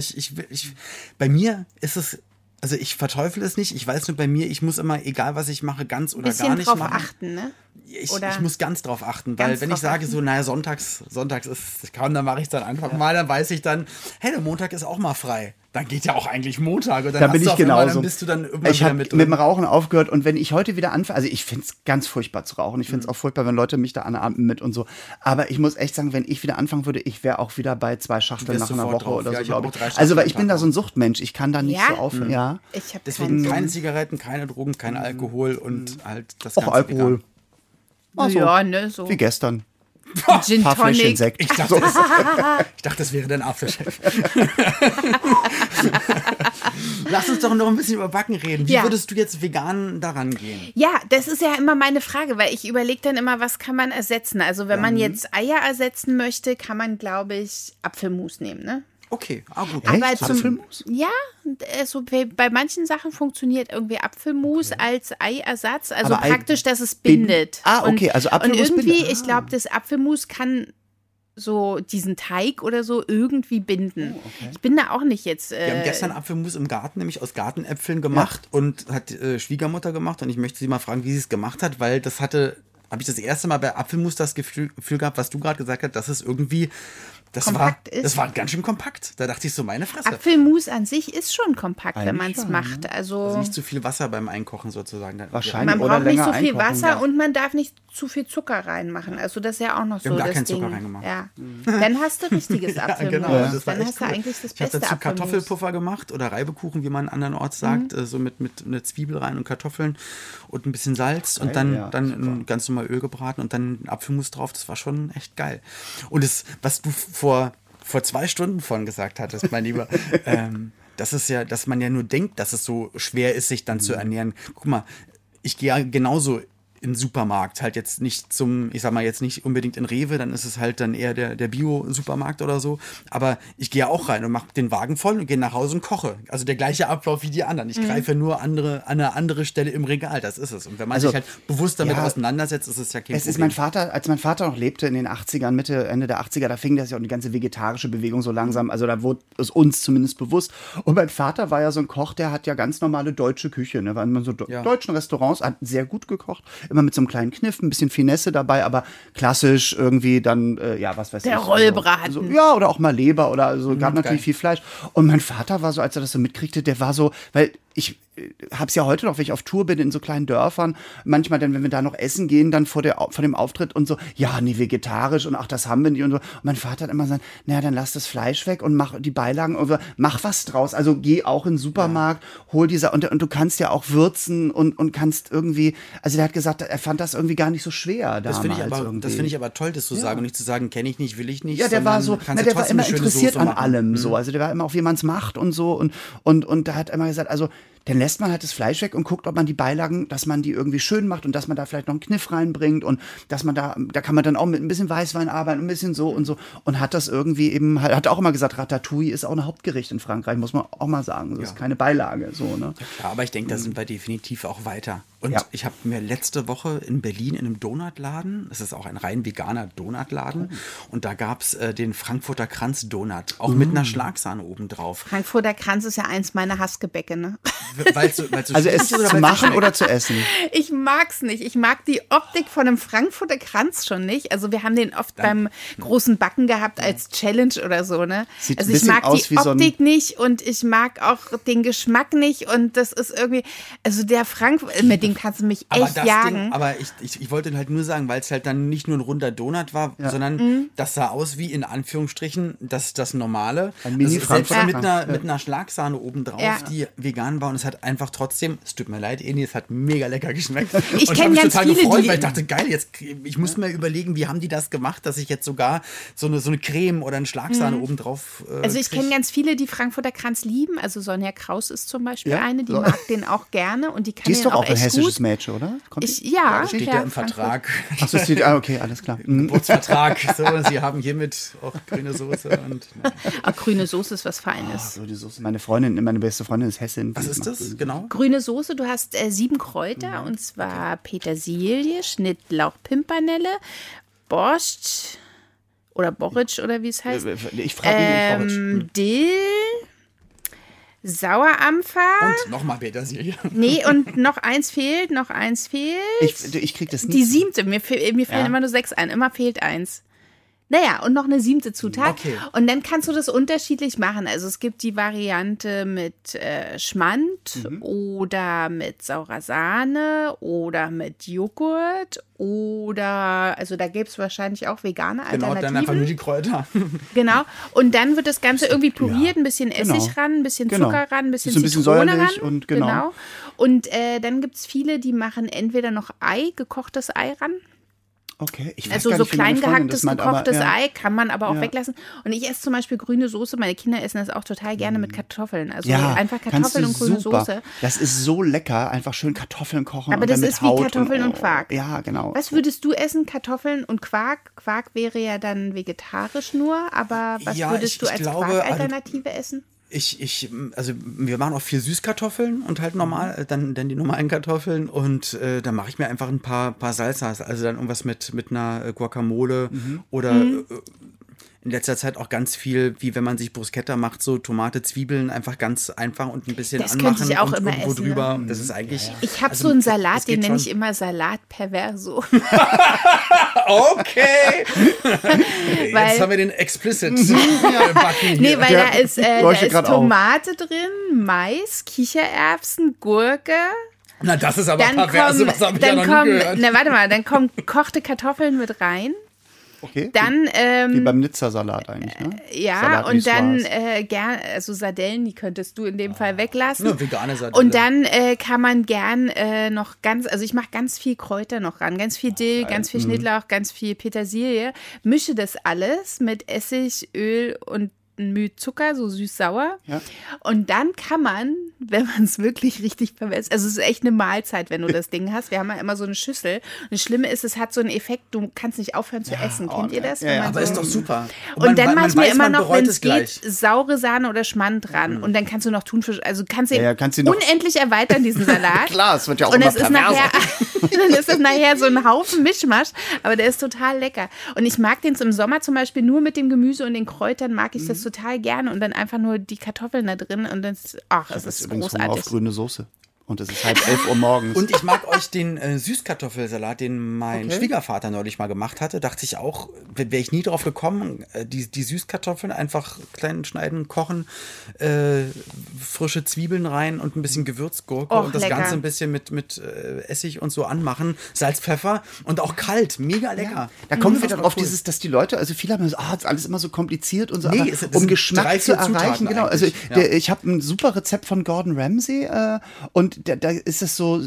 bei mir ist es, also ich verteufel es nicht, ich weiß nur bei mir, ich muss immer, egal was ich mache, ganz oder gar nicht drauf machen. achten, ne? Ich muss ganz drauf achten, weil wenn ich sage so, naja, sonntags ist kaum, dann mache ich es dann einfach mal, dann weiß ich dann, hey, der Montag ist auch mal frei. Dann geht ja auch eigentlich Montag und dann da bin ich genauso. Dann bist du dann irgendwann ich habe mit dem Rauchen aufgehört und wenn ich heute wieder anfange, also ich finde es ganz furchtbar zu rauchen. Ich finde es auch furchtbar, wenn Leute mich da anatmen mit und so. Aber ich muss echt sagen, wenn ich wieder anfangen würde, ich wäre auch wieder bei 2 Schachteln nach einer Woche oder so, glaube ich. Also weil ich bin da so ein Suchtmensch. Ich kann da nicht so aufhören. Ja. Deswegen keine Zigaretten, keine Drogen, kein Alkohol und halt das Ganze. Auch Alkohol. Vegan. Also, ja, ne, so. Wie gestern. Gin Tonic. Ich dachte, das wäre dein Aftershave. Lass uns doch noch ein bisschen über Backen reden. Wie würdest du jetzt vegan daran gehen? Ja, das ist ja immer meine Frage, weil ich überlege dann immer, was kann man ersetzen? Also wenn man jetzt Eier ersetzen möchte, kann man, glaube ich, Apfelmus nehmen, ne? Okay, gut. Aber Apfelmus? Ja, also bei manchen Sachen funktioniert irgendwie Apfelmus als Eiersatz, also aber praktisch, dass es bindet. Okay, also Apfelmus und irgendwie, bindet. Ich glaube, das Apfelmus kann so diesen Teig oder so irgendwie binden. Okay. Ich bin da auch nicht jetzt. Wir haben gestern Apfelmus im Garten, nämlich aus Gartenäpfeln gemacht und hat Schwiegermutter gemacht und ich möchte sie mal fragen, wie sie es gemacht hat, weil habe ich das erste Mal bei Apfelmus das Gefühl gehabt, was du gerade gesagt hast, dass es irgendwie das war ganz schön kompakt. Da dachte ich so, meine Fresse. Apfelmus an sich ist schon kompakt, wenn man es macht. Also nicht zu viel Wasser beim Einkochen sozusagen. Wahrscheinlich. Man braucht nicht so viel Wasser und man darf nicht zu viel Zucker reinmachen. Also das ist ja auch noch so das Ding. Wir haben gar keinen Zucker reingemacht. Ja. Dann hast du richtiges Apfelmus. Genau. Das dann hast du eigentlich das beste Apfelmus. Ich habe dazu Kartoffelpuffer gemacht oder Reibekuchen, wie man andernorts sagt. So mit einer Zwiebel rein und Kartoffeln und ein bisschen Salz und dann ganz normal Öl gebraten und dann Apfelmus drauf. Das war schon echt geil. Und das, was du vor 2 Stunden von gesagt hattest, mein Lieber, das ist ja, dass man ja nur denkt, dass es so schwer ist, sich dann zu ernähren. Guck mal, ich gehe ja genauso in den Supermarkt, halt jetzt nicht ich sag mal jetzt nicht unbedingt in Rewe, dann ist es halt dann eher der Bio-Supermarkt oder so, aber ich gehe ja auch rein und mache den Wagen voll und gehe nach Hause und koche. Also der gleiche Ablauf wie die anderen. Ich greife nur an eine andere Stelle im Regal, das ist es. Und wenn man sich halt bewusst damit auseinandersetzt, ist es ja kein Problem. Als mein Vater noch lebte in den 80ern, Ende der 80er, da fing das ja auch die ganze vegetarische Bewegung so langsam, also da wurde es uns zumindest bewusst. Und mein Vater war ja so ein Koch, der hat ja ganz normale deutsche Küche, ne? War in so deutschen Restaurants, hat sehr gut gekocht, immer mit so einem kleinen Kniff, ein bisschen Finesse dabei, aber klassisch irgendwie dann, was weiß ich. Der Rollbraten. Ja, oder auch mal Leber oder so, gab natürlich viel Fleisch. Und mein Vater war so, als er das so mitkriegte, der war so, weil ich hab's ja heute noch, wenn ich auf Tour bin in so kleinen Dörfern, manchmal dann, wenn wir da noch essen gehen, dann vor dem Auftritt und so, ja, nee, vegetarisch und ach, das haben wir nicht und so. Und mein Vater hat immer gesagt, naja, dann lass das Fleisch weg und mach die Beilagen oder mach was draus. Also geh auch in den Supermarkt, hol und du kannst ja auch würzen und kannst irgendwie, also der hat gesagt, er fand das irgendwie gar nicht so schwer damals. Das finde ich aber toll, das zu sagen und nicht zu sagen, kenne ich nicht, will ich nicht. Ja, der war so, der war immer interessiert an allem so. Also der war immer auf, wie man es macht und so und da hat immer gesagt, also dann lässt man halt das Fleisch weg und guckt, ob man die Beilagen, dass man die irgendwie schön macht und dass man da vielleicht noch einen Kniff reinbringt und dass man da kann man dann auch mit ein bisschen Weißwein arbeiten, ein bisschen so und hat das irgendwie eben, hat auch immer gesagt, Ratatouille ist auch ein Hauptgericht in Frankreich, muss man auch mal sagen, das ist keine Beilage, so, ne? Ja, klar, aber ich denke, da sind wir definitiv auch weiter. Und ich habe mir letzte Woche in Berlin in einem Donutladen, das ist auch ein rein veganer Donutladen, und da gab es den Frankfurter Kranz-Donut, auch mit einer Schlagsahne obendrauf. Frankfurter Kranz ist ja eins meiner Hassgebäcke, ne? Also es zu machen oder zu essen? Ich mag's nicht. Ich mag die Optik von einem Frankfurter Kranz schon nicht. Also wir haben den oft beim großen Backen gehabt als Challenge oder so, ne? Sieht also ein ich mag aus die Optik nicht und ich mag auch den Geschmack nicht und das ist irgendwie, also der mit dem kannst du mich echt jagen. Aber ich wollte halt nur sagen, weil es halt dann nicht nur ein runder Donut war, sondern das sah aus wie in Anführungsstrichen das Normale. Ein Mini-Frankfurter selbst mit einer Schlagsahne obendrauf, die vegan war und es hat einfach trotzdem, es tut mir leid, Eni, es hat mega lecker geschmeckt. Ich kenne ganz total viele, gefreut, weil ich dachte, geil, ich muss mir überlegen, wie haben die das gemacht, dass ich jetzt sogar so eine Creme oder eine Schlagsahne obendrauf Also ich kenne ganz viele, die Frankfurter Kranz lieben. Also Sonja Kraus ist zum Beispiel eine, die mag den auch gerne und die kann die ist den doch auch echt ein hessisches gut. Mädchen, oder? Steht ja im Vertrag. Achso, okay, alles klar. Geburtsvertrag. So, Sie haben hiermit auch grüne Soße. Und, Ach, grüne Soße ist was Feines. So die Soße. Meine beste Freundin ist Hessin. Was ist das genau? Grüne Soße, du hast 7 Kräuter und zwar Petersilie, Schnittlauch, Pimpernelle, Borscht oder Borretsch oder wie es heißt. Ich frage mich Dill, Sauerampfer. Und nochmal Petersilie. Nee, und noch eins fehlt. Ich krieg das nicht. Die 7. Mir fallen immer nur 6 ein. Immer fehlt eins. Naja, und noch eine 7. Zutat. Okay. Und dann kannst du das unterschiedlich machen. Also es gibt die Variante mit Schmand oder mit saurer Sahne oder mit Joghurt oder, also da gibt es wahrscheinlich auch vegane Alternativen. Genau, dann einfach nur die Kräuter. Genau. Und dann wird das Ganze irgendwie püriert, ein bisschen Essig ran, ein bisschen Zucker ran, ein bisschen Zitrone ran. Und genau. Und dann gibt es viele, die machen entweder noch gekochtes Ei ran. Okay, ich weiß also gar so nicht, wie meine klein Freundin gehacktes, das meint, gekochtes aber, Ei kann man aber auch weglassen. Und ich esse zum Beispiel grüne Soße. Meine Kinder essen das auch total gerne mit Kartoffeln. Also einfach Kartoffeln und grüne Soße. Das ist so lecker. Einfach schön Kartoffeln kochen. Aber und das dann ist mit Haut wie Kartoffeln und Quark. Ja, genau. Was würdest du essen? Kartoffeln und Quark? Quark wäre ja dann vegetarisch nur. Aber was würdest du als Quark-Alternative essen? Also wir machen auch viel Süßkartoffeln und halt normal, dann die normalen Kartoffeln und dann mache ich mir einfach ein paar Salsas, also dann irgendwas mit einer Guacamole oder in letzter Zeit auch ganz viel, wie wenn man sich Bruschetta macht, so Tomate, Zwiebeln, einfach ganz einfach und ein bisschen das anmachen könnte ich auch und immer irgendwo essen, drüber. Ne? Das ist eigentlich. Ich habe so einen Salat, den nenne ich immer Salat Perverso. Okay. Jetzt haben wir den Explicit Button Nee, weil da ist Tomate drin, Mais, Kichererbsen, Gurke. Na, das ist aber perverse, was habe ich ja noch nie gehört. Na, warte mal, dann kommen gekochte Kartoffeln mit rein. Okay. Dann, wie beim Nizza-Salat eigentlich, ne? Ja, Salat und dann also Sardellen, die könntest du in dem Fall weglassen. Nur vegane Sardellen. Und dann kann man gern noch also ich mache ganz viel Kräuter noch ran, ganz viel Dill, ganz viel Schnittlauch, ganz viel Petersilie, mische das alles mit Essig, Öl und Mühe Zucker, so süß-sauer. Ja. Und dann kann man, wenn man es wirklich richtig verwendet, also es ist echt eine Mahlzeit, wenn du das Ding hast. Wir haben ja immer so eine Schüssel. Und das Schlimme ist, es hat so einen Effekt, du kannst nicht aufhören zu essen. Kennt ihr das? Ja, aber ist doch super. Und dann mache ich mir immer noch, wenn es geht, saure Sahne oder Schmand dran. Und dann kannst du noch Thunfisch, also kannst du ihn unendlich erweitern, diesen Salat. Klar, es wird ja auch und immer dann ist es nachher so ein Haufen Mischmasch, aber der ist total lecker. Und ich mag den im Sommer zum Beispiel nur mit dem Gemüse und den Kräutern, mag ich das total gerne und dann einfach nur die Kartoffeln da drin und dann es ist großartig. Auf grüne Soße. und es ist 10:30 Uhr morgens. Und ich mag euch den Süßkartoffelsalat, den mein Schwiegervater neulich mal gemacht hatte, dachte ich auch, wäre ich nie drauf gekommen, die Süßkartoffeln einfach klein schneiden, kochen, frische Zwiebeln rein und ein bisschen Gewürzgurke und das lecker. Ganze ein bisschen mit Essig und so anmachen, Salz, Pfeffer und auch kalt, mega lecker. Ja, da kommen wir wieder drauf, dass die Leute, also viele haben gesagt, das ist alles immer so kompliziert und so, Nee, aber es um sind Geschmack 3, 4 zu erreichen, Zutaten genau, also eigentlich, ich habe ein super Rezept von Gordon Ramsay und da ist es so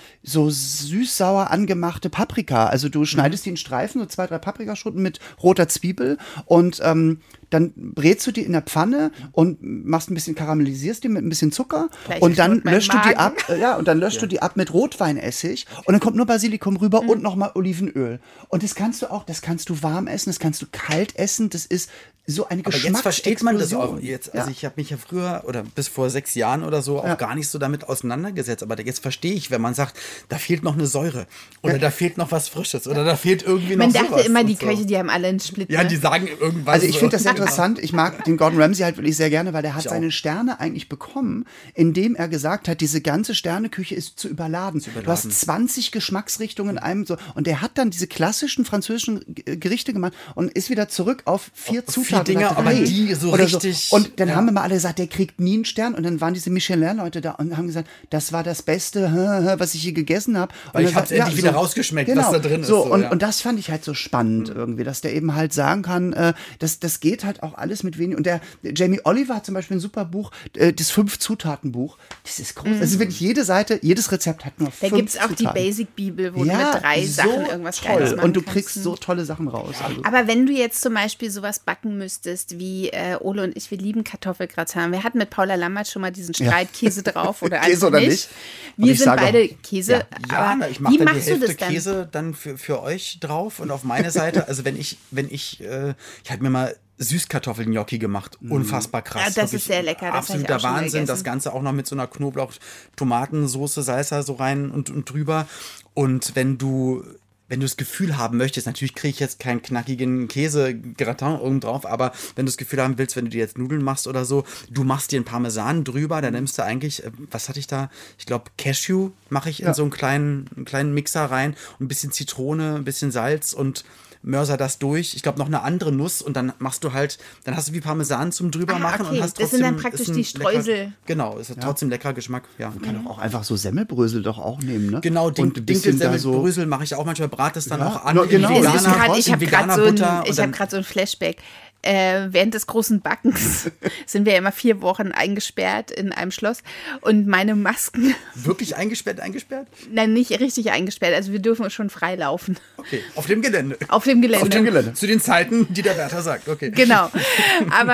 süß-sauer angemachte Paprika, also du schneidest die in Streifen, so 2, 3 Paprikaschoten mit roter Zwiebel und dann brätst du die in der Pfanne und machst ein bisschen, karamellisierst die mit ein bisschen Zucker Gleich und dann knurrt mein löscht du die Magen. ab, und dann löscht du die ab mit Rotweinessig und dann kommt nur Basilikum rüber und nochmal Olivenöl. Und das kannst du warm essen, das kannst du kalt essen, das ist so eine Aber jetzt versteht man das auch. Geschmacksexplosion. Also ich habe mich ja früher oder bis vor 6 Jahren oder so auch gar nicht so damit auseinandergesetzt. Aber jetzt verstehe ich, wenn man sagt, da fehlt noch eine Säure oder da fehlt noch was Frisches oder da fehlt irgendwie noch Man sowas. dachte immer, die und so. Köche, die haben alle einen Split. Ja, ne? die sagen irgendwas. Also ich so. finde das interessant. Ich mag den Gordon Ramsay halt wirklich sehr gerne, weil der hat seine Sterne eigentlich bekommen, indem er gesagt hat, diese ganze Sterneküche ist zu überladen. Du hast 20 Geschmacksrichtungen in einem so und der hat dann diese klassischen französischen Gerichte gemacht und ist wieder zurück auf 4 Zutaten. Dinge, oder aber 3 die so oder richtig- Und dann haben immer alle gesagt, der kriegt nie einen Stern und dann waren diese Michelin-Leute da und haben gesagt, das war das Beste, was ich je gegessen habe. Weil Und ich dann hab's sagt, endlich wieder rausgeschmeckt, was da drin ist, So, so, und, ja. und das fand ich halt so spannend irgendwie, dass der eben halt sagen kann, das geht halt auch alles mit wenig. Und der Jamie Oliver hat zum Beispiel ein super Buch, das 5-Zutaten-Buch. Das ist groß. Das ist wirklich jede Seite, jedes Rezept hat nur 5 Da Zutaten. gibt es auch die Basic-Bibel, wo du mit 3 so Sachen irgendwas toll. Geiles machen Und du kannst. kriegst so tolle Sachen raus. Also. Aber wenn du jetzt zum Beispiel sowas backen müsstest, wie Ole und ich, wir lieben Kartoffelgratin. Wir hatten mit Paula Lammert schon mal diesen Streit, Käse drauf oder Käse einfach oder nicht. nicht? Und Wir ich sind sage beide auch, Käse. Ja, aber ich mache wie dann die machst du Hälfte das dann? Käse dann für euch drauf und auf meine Seite. Also ich habe mir mal Süßkartoffelgnocchi gemacht. Unfassbar krass. Ja, das Wirklich ist sehr lecker, das hab ich absoluter auch schon Wahnsinn. gegessen. Das Ganze auch noch mit so einer Knoblauch-Tomatensoße, Salsa so rein und drüber. Und wenn du das Gefühl haben möchtest, natürlich kriege ich jetzt keinen knackigen Käse-Gratin oben drauf, aber wenn du das Gefühl haben willst, wenn du dir jetzt Nudeln machst oder so, du machst dir einen Parmesan drüber, dann nimmst du eigentlich, was hatte ich da? Ich glaube, Cashew mache ich in so einen kleinen Mixer rein und ein bisschen Zitrone, ein bisschen Salz und mörser das durch. Ich glaube, noch eine andere Nuss und dann machst du halt, dann hast du wie Parmesan zum drüber machen okay. und hast Das trotzdem... sind dann praktisch ist ein die Streusel. Genau, ist trotzdem leckerer Geschmack, ja. Man kann doch auch einfach so Semmelbrösel doch auch nehmen, ne? Genau, und ein bisschen da so. Dinkelsemmelbrösel mache ich auch manchmal, brate es dann Ja, auch an. no, genau. in Das ist veganer, Ich in habe veganer gerade Butter. und dann- so ein Flashback. Während des großen Backens sind wir ja immer 4 Wochen eingesperrt in einem Schloss und meine Masken, Wirklich eingesperrt? nein, nicht richtig eingesperrt, also wir dürfen schon frei laufen Okay, auf dem Gelände. auf dem Gelände. Auf dem Gelände. Zu den Zeiten, die der Wärter sagt, okay. Genau. Aber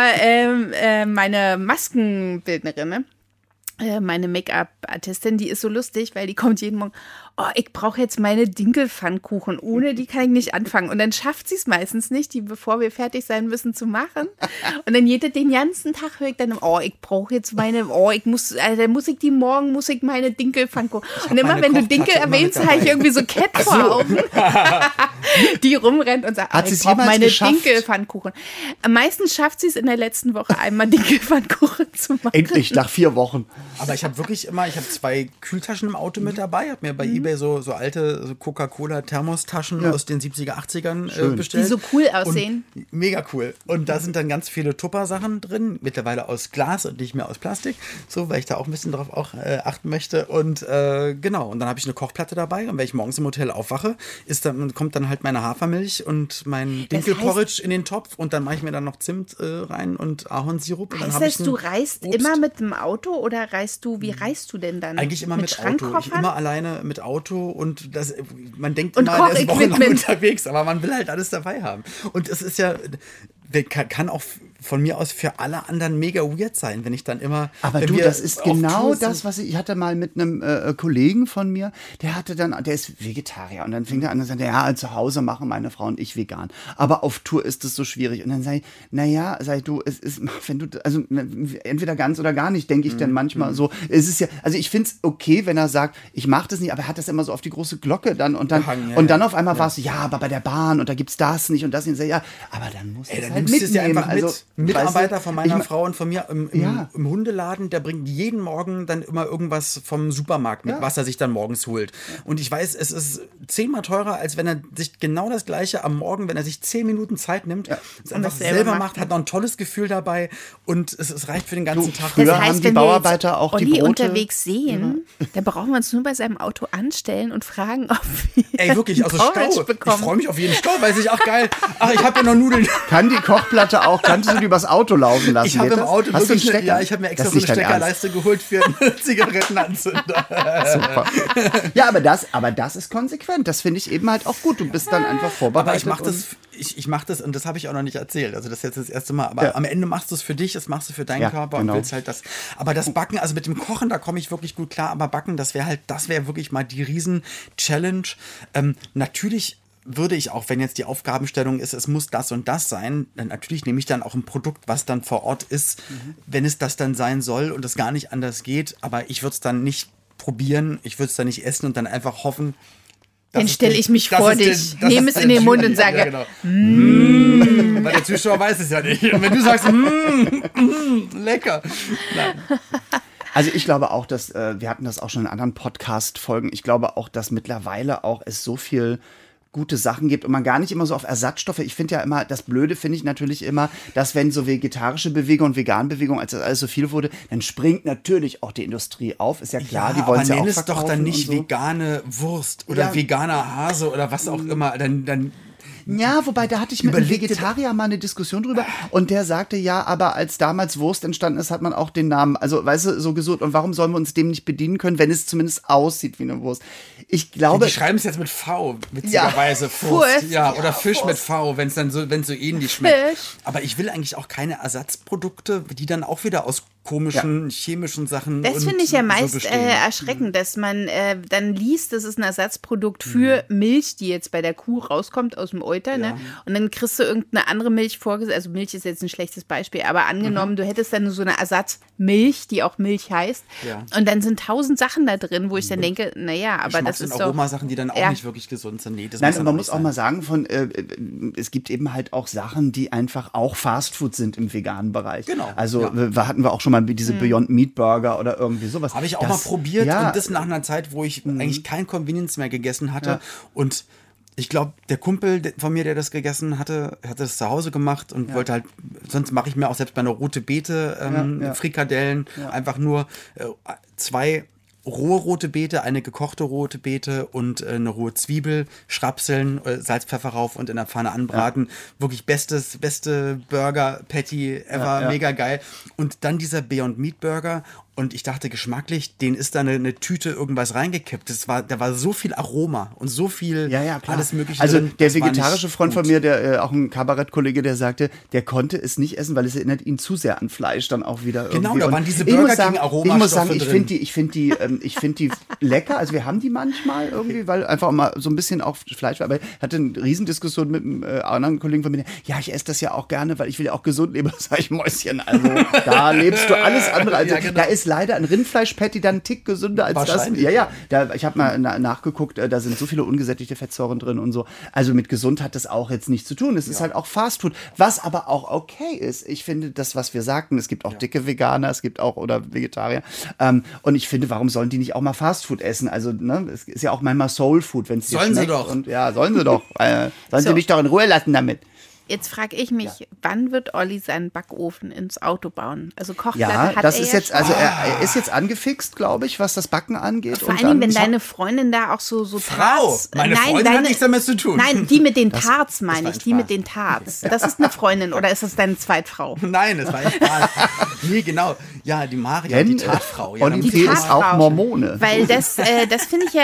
meine Maskenbildnerin, ne? Meine Make-up-Artistin, die ist so lustig, weil die kommt jeden Morgen, oh, ich brauche jetzt meine Dinkelpfannkuchen, ohne die kann ich nicht anfangen. Und dann schafft sie es meistens nicht, die, bevor wir fertig sein müssen, zu machen. Und dann den ganzen Tag höre ich dann, oh, ich brauche jetzt meine, oh, dann muss ich meine Dinkelpfannkuchen. Und immer, meine wenn du Kochplatte Dinkel immer mit erwähnst, habe ich dabei. irgendwie so Cat vor Augen, die rumrennt und sagt, Hat oh, sie's ich brauche jemals meine geschafft? Dinkelpfannkuchen. Am meisten schafft sie es in der letzten Woche einmal Dinkelpfannkuchen zu machen. Endlich, nach 4 Wochen. Aber ich habe wirklich immer, 2 Kühltaschen im Auto mit dabei, habe mir bei eBay so alte so Coca-Cola-Thermostaschen aus den 70er, 80ern bestellt. Die so cool aussehen. Und mega cool. Und da sind dann ganz viele Tupper-Sachen drin, mittlerweile aus Glas und nicht mehr aus Plastik, so, weil ich da auch ein bisschen drauf auch achten möchte. Und genau, und dann habe ich eine Kochplatte dabei und wenn ich morgens im Hotel aufwache, kommt dann halt meine Hafermilch und mein Dinkelporridge in den Topf und dann mache ich mir dann noch Zimt rein und Ahornsirup. Und dann Heißt habe das, ich du reist Obst. immer mit dem Auto oder wie reist du denn dann? Eigentlich immer mit Auto. Ich Schrankkoffern? immer alleine mit Auto und man denkt Und immer, der ist wochenlang Kochequipment. unterwegs, aber man will halt alles dabei haben. Und es ist ja, kann auch von mir aus für alle anderen mega weird sein, wenn ich dann immer. Aber wenn du, wir das ist auf genau Tour sind- das, was ich hatte mal mit einem Kollegen von mir, der ist Vegetarier und dann fing er an und sagte, ja, zu Hause machen meine Frau und ich vegan. Aber auf Tour ist es so schwierig. Und dann sag ich, es ist, wenn du, also entweder ganz oder gar nicht, denke ich dann manchmal so. Es ist ja, also ich finde es okay, wenn er sagt, ich mache das nicht, aber er hat das immer so auf die große Glocke dann und dann, Gehangen, ja, und dann ja. auf einmal war es so, ja, aber bei der Bahn und da gibt's das nicht und das nicht. Und sag, ja, aber dann muss Ey, es dann halt nimmst du es ja mitnehmen. einfach Also, mit. Mitarbeiter von meiner Frau und von mir im Hundeladen, der bringt jeden Morgen dann immer irgendwas vom Supermarkt mit, was er sich dann morgens holt. Und ich weiß, es ist 10-mal teurer, als wenn er sich genau das Gleiche am Morgen, wenn er sich 10 Minuten Zeit nimmt, es einfach selber macht, hat noch ein tolles Gefühl dabei und es reicht für den ganzen Tag. Früher das heißt, haben die Bauarbeiter auch die Olli Brote unterwegs sehen, dann brauchen wir uns nur bei seinem Auto anstellen und fragen, ob wir Ey, wirklich, also Stau. bekommen. Ich freue mich auf jeden Stau, weil ich, ach geil, ich habe ja noch Nudeln. Kann die Kochplatte auch, kannst du die übers Auto laufen lassen? Ich habe im Auto Hast du einen wirklich Stecker? ja, ich habe mir extra so eine Steckerleiste geholt für einen Zigarettenanzünder. Super. Ja, aber das ist konsequent. Das finde ich eben halt auch gut. Du bist dann einfach vorbereitet. Aber ich mache das und das habe ich auch noch nicht erzählt. Also das ist jetzt das erste Mal. Aber am Ende machst du es für dich, das machst du für deinen Körper und willst halt das. Aber das Backen, also mit dem Kochen, da komme ich wirklich gut klar. Aber Backen, das wäre wirklich mal die Riesen-Challenge. Natürlich würde ich auch, wenn jetzt die Aufgabenstellung ist, es muss das und das sein, dann natürlich nehme ich dann auch ein Produkt, was dann vor Ort ist, wenn es das dann sein soll und es gar nicht anders geht. Aber ich würde es dann nicht probieren, ich würde es dann nicht essen und dann einfach hoffen. Dann stelle ich mich vor dich, nehme es in den Mund und sage, weil der Zuschauer weiß es ja nicht. Und wenn du sagst, lecker. Nein. Also ich glaube auch, dass, wir hatten das auch schon in anderen Podcast-Folgen, ich glaube auch, dass mittlerweile auch es so viel gute Sachen gibt und man gar nicht immer so auf Ersatzstoffe. Ich finde ja immer, das Blöde finde ich natürlich immer, dass wenn so vegetarische Bewegung und vegan Bewegung, als das alles so viel wurde, dann springt natürlich auch die Industrie auf. Ist ja klar, die wollen es ja auch verkaufen. Aber nenn es doch dann nicht vegane Wurst oder veganer Hase oder was auch immer. Dann ja, wobei, da hatte ich mit einem Vegetarier mal eine Diskussion drüber und der sagte, ja, aber als damals Wurst entstanden ist, hat man auch den Namen, also weißt du, so gesund und warum sollen wir uns dem nicht bedienen können, wenn es zumindest aussieht wie eine Wurst? Ich glaube... Die schreiben es jetzt mit V, witzigerweise. Furst. Ja, oder Fisch Furst. Mit V, wenn es so ähnlich schmeckt. Fisch. Aber ich will eigentlich auch keine Ersatzprodukte, die dann auch wieder aus komischen chemischen Sachen. Das finde ich ja meist erschreckend, dass man dann liest, das ist ein Ersatzprodukt für Milch, die jetzt bei der Kuh rauskommt aus dem Euter, ne? Und dann kriegst du irgendeine andere Milch vorgesetzt. Also Milch ist jetzt ein schlechtes Beispiel, aber angenommen, du hättest dann so eine Ersatzmilch, die auch Milch heißt. Ja. Und dann sind 1000 Sachen da drin, wo ich dann denke, naja, aber das ist doch... Aromasachen, die dann auch nicht wirklich gesund sind. Nee, das Nein, und man muss auch mal sagen, es gibt eben halt auch Sachen, die einfach auch Fastfood sind im veganen Bereich. Genau. Also hatten wir auch schon mal diese Beyond Meat Burger oder irgendwie sowas. Habe ich auch mal probiert und das nach einer Zeit, wo ich eigentlich kein Convenience mehr gegessen hatte und ich glaube, der Kumpel von mir, der das gegessen hatte, hat das zu Hause gemacht und wollte halt, sonst mache ich mir auch selbst bei einer rote Beete Frikadellen, einfach nur 2 rohe rote Beete, eine gekochte rote Beete und eine rohe Zwiebel, Schrapseln, Salz, Pfeffer rauf und in der Pfanne anbraten. Wirklich beste Burger-Patty ever, mega geil. Und dann dieser Beyond Meat Burger. Und ich dachte, geschmacklich, den ist da eine Tüte irgendwas reingekippt. Da war so viel Aroma und so viel alles Mögliche. Also der vegetarische Freund von mir, der auch ein Kabarettkollege, der sagte, der konnte es nicht essen, weil es erinnert ihn zu sehr an Fleisch dann auch wieder. Genau, irgendwie. Da waren diese Burger King Aromastoffe Ich muss sagen, drin. ich finde die lecker. Also wir haben die manchmal irgendwie, weil einfach mal so ein bisschen auch Fleisch war. Aber ich hatte eine Riesendiskussion mit einem anderen Kollegen von mir. Ja, ich esse das ja auch gerne, weil ich will ja auch gesund leben. Sag ich, Mäuschen, also da lebst du alles andere. Also da ist leider ein Rindfleisch-Patty dann einen Tick gesünder als das. Ja. Ich habe mal nachgeguckt, da sind so viele ungesättigte Fettsäuren drin und so. Also mit gesund hat das auch jetzt nichts zu tun. Es ist halt auch Fastfood, was aber auch okay ist. Ich finde, das, was wir sagten, es gibt auch dicke Veganer, es gibt auch, oder Vegetarier. Und ich finde, warum sollen die nicht auch mal Fastfood essen? Also, ne, es ist ja auch manchmal Soulfood, wenn es dir schmeckt. Sollen sie doch. Und, sollen sie doch. Sollen sie mich doch in Ruhe lassen damit. Jetzt frage ich mich, wann wird Olli seinen Backofen ins Auto bauen? Also Kochplatte hat das er ist jetzt, also er ist jetzt angefixt, glaube ich, was das Backen angeht. Vor allem, wenn deine Freundin da auch so Tarts... Meine Freundin hat nichts damit zu tun. Nein, die mit den Tarts meine ich, die mit den Tarts. Das ist eine Freundin oder ist das deine Zweitfrau? Nein, das war ein Spaß. Nee, genau. Ja, die Maria, die Tartfrau. Ja, und die ist auch Mormone. Weil das finde ich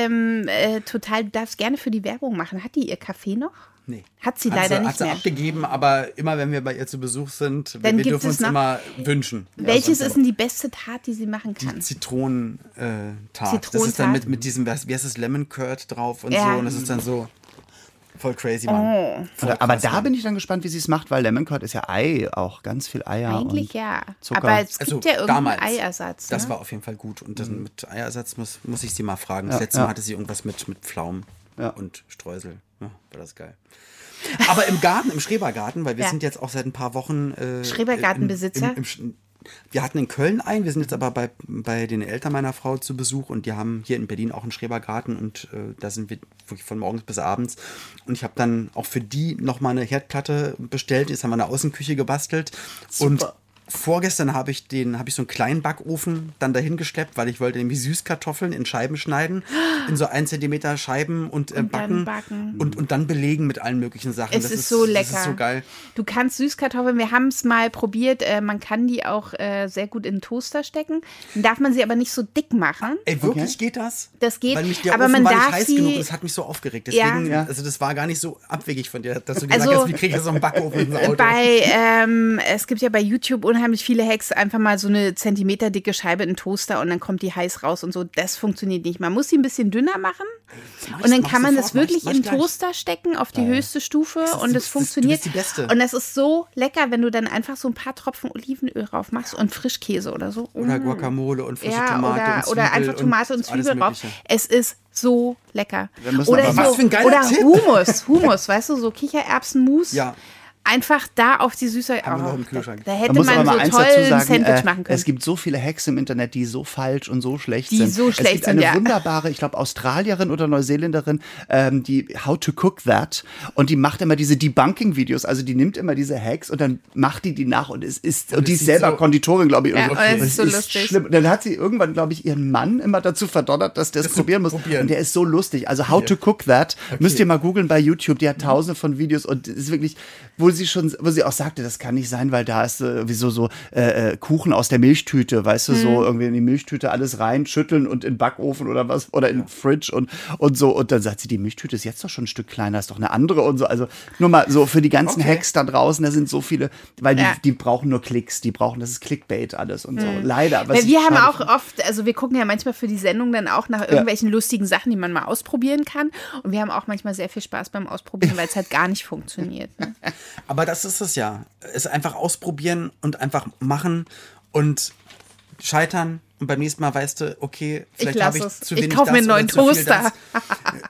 ja total, du darfst gerne für die Werbung machen. Hat die ihr Kaffee noch? Nee. Hat sie leider nicht mehr. Hat sie abgegeben, aber immer wenn wir bei ihr zu Besuch sind, wir dürfen uns immer wünschen. Welches ist denn die beste Tat, die sie machen kann? Die Zitronentart. Das ist dann mit diesem, wie heißt es, Lemon Curd drauf und so. Und das ist dann so voll crazy, Mann. Aber da bin ich dann gespannt, wie sie es macht, weil Lemon Curd ist ja Ei, auch ganz viel Eier. Eigentlich und Zucker. Aber es gibt ja irgendeinen Eiersatz. Das war auf jeden Fall gut. Und dann mit Eiersatz muss ich sie mal fragen. Das letzte Mal hatte sie irgendwas mit Pflaumen und Streusel. Ja, war das geil. Aber im Garten, im Schrebergarten, weil wir Ja. sind jetzt auch seit ein paar Wochen Schrebergartenbesitzer? Wir hatten in Köln einen, wir sind jetzt aber bei den Eltern meiner Frau zu Besuch und die haben hier in Berlin auch einen Schrebergarten und da sind wir wirklich von morgens bis abends. Und ich habe dann auch für die nochmal eine Herdplatte bestellt, jetzt haben wir eine Außenküche gebastelt. Super. Und vorgestern habe ich so einen kleinen Backofen dann dahin geschleppt, weil ich wollte nämlich Süßkartoffeln in Scheiben schneiden, in so 1 Zentimeter Scheiben und dann backen, backen. Und dann belegen mit allen möglichen Sachen. Es ist so lecker. Das ist so geil. Du kannst Süßkartoffeln, wir haben es mal probiert, man kann die auch sehr gut in den Toaster stecken. Dann darf man sie aber nicht so dick machen. Ey, wirklich geht das? Das geht, Weil mich der aber Ofen man war darf nicht heiß sie- genug und das hat mich so aufgeregt. Deswegen, Ja. also das war gar nicht so abwegig von dir, dass du gesagt Also, hast, wie kriege ich jetzt so einen Backofen ins Auto? Es gibt ja bei YouTube unheimlich viele Hacks, einfach mal so eine zentimeterdicke Scheibe in den Toaster und dann kommt die heiß raus und so. Das funktioniert nicht. Man muss sie ein bisschen dünner machen und dann kann man das wirklich in den Toaster stecken auf die höchste Stufe und es funktioniert. Du bist die Beste. Und das ist so lecker, wenn du dann einfach so ein paar Tropfen Olivenöl drauf machst und Frischkäse oder so. Oder Guacamole und frische Ja, Tomate und Zwiebel oder einfach Tomate und alles Zwiebel drauf. Mögliche. Es ist so lecker. Wir müssen Oder, aber so, mal- Was für ein geiler oder Tipp. Hummus, weißt du, so Kichererbsenmus. Ja. Einfach da auf die Süße. Haben wir noch im Kühlschrank. Da Man hätte muss man aber mal so eins toll dazu ein sagen, Sandwich machen können. es gibt so viele Hacks im Internet, die so falsch und so schlecht Die sind. so schlecht es gibt sind, eine ja. wunderbare, ich glaube Australierin oder Neuseeländerin, die How to Cook That und die macht immer diese Debunking-Videos, also die nimmt immer diese Hacks und dann macht die nach und es ist, und die ist sieht selber so- Konditorin, glaube ich. Ja, und und es Und ist so lustig. schlimm. Und dann hat sie irgendwann, glaube ich, ihren Mann immer dazu verdonnert, dass der es Das probieren muss. probieren. Und der ist so lustig. Also How to Cook That, müsst ihr mal googeln bei YouTube, die hat tausende von Videos und es ist wirklich, wo sie auch sagte, das kann nicht sein, weil da ist sowieso so Kuchen aus der Milchtüte, weißt du, so irgendwie in die Milchtüte alles rein, schütteln und in den Backofen oder was, oder in den Fridge und so. Und dann sagt sie, die Milchtüte ist jetzt doch schon ein Stück kleiner, ist doch eine andere und so. Also nur mal so für die ganzen Okay. Hacks da draußen, da sind so viele, weil Ja. die brauchen nur Klicks, das ist Clickbait alles und so. Leider. was Weil wir ich haben schade auch finde. oft, also wir gucken ja manchmal für die Sendung dann auch nach irgendwelchen lustigen Sachen, die man mal ausprobieren kann. Und wir haben auch manchmal sehr viel Spaß beim Ausprobieren, weil es halt gar nicht funktioniert. Ne? Aber das ist es ja. Es einfach ausprobieren und einfach machen und scheitern. Und beim nächsten Mal weißt du, okay, vielleicht lass habe ich es. zu Ich wenig kauf mir das einen oder neuen zu viel Toaster. das.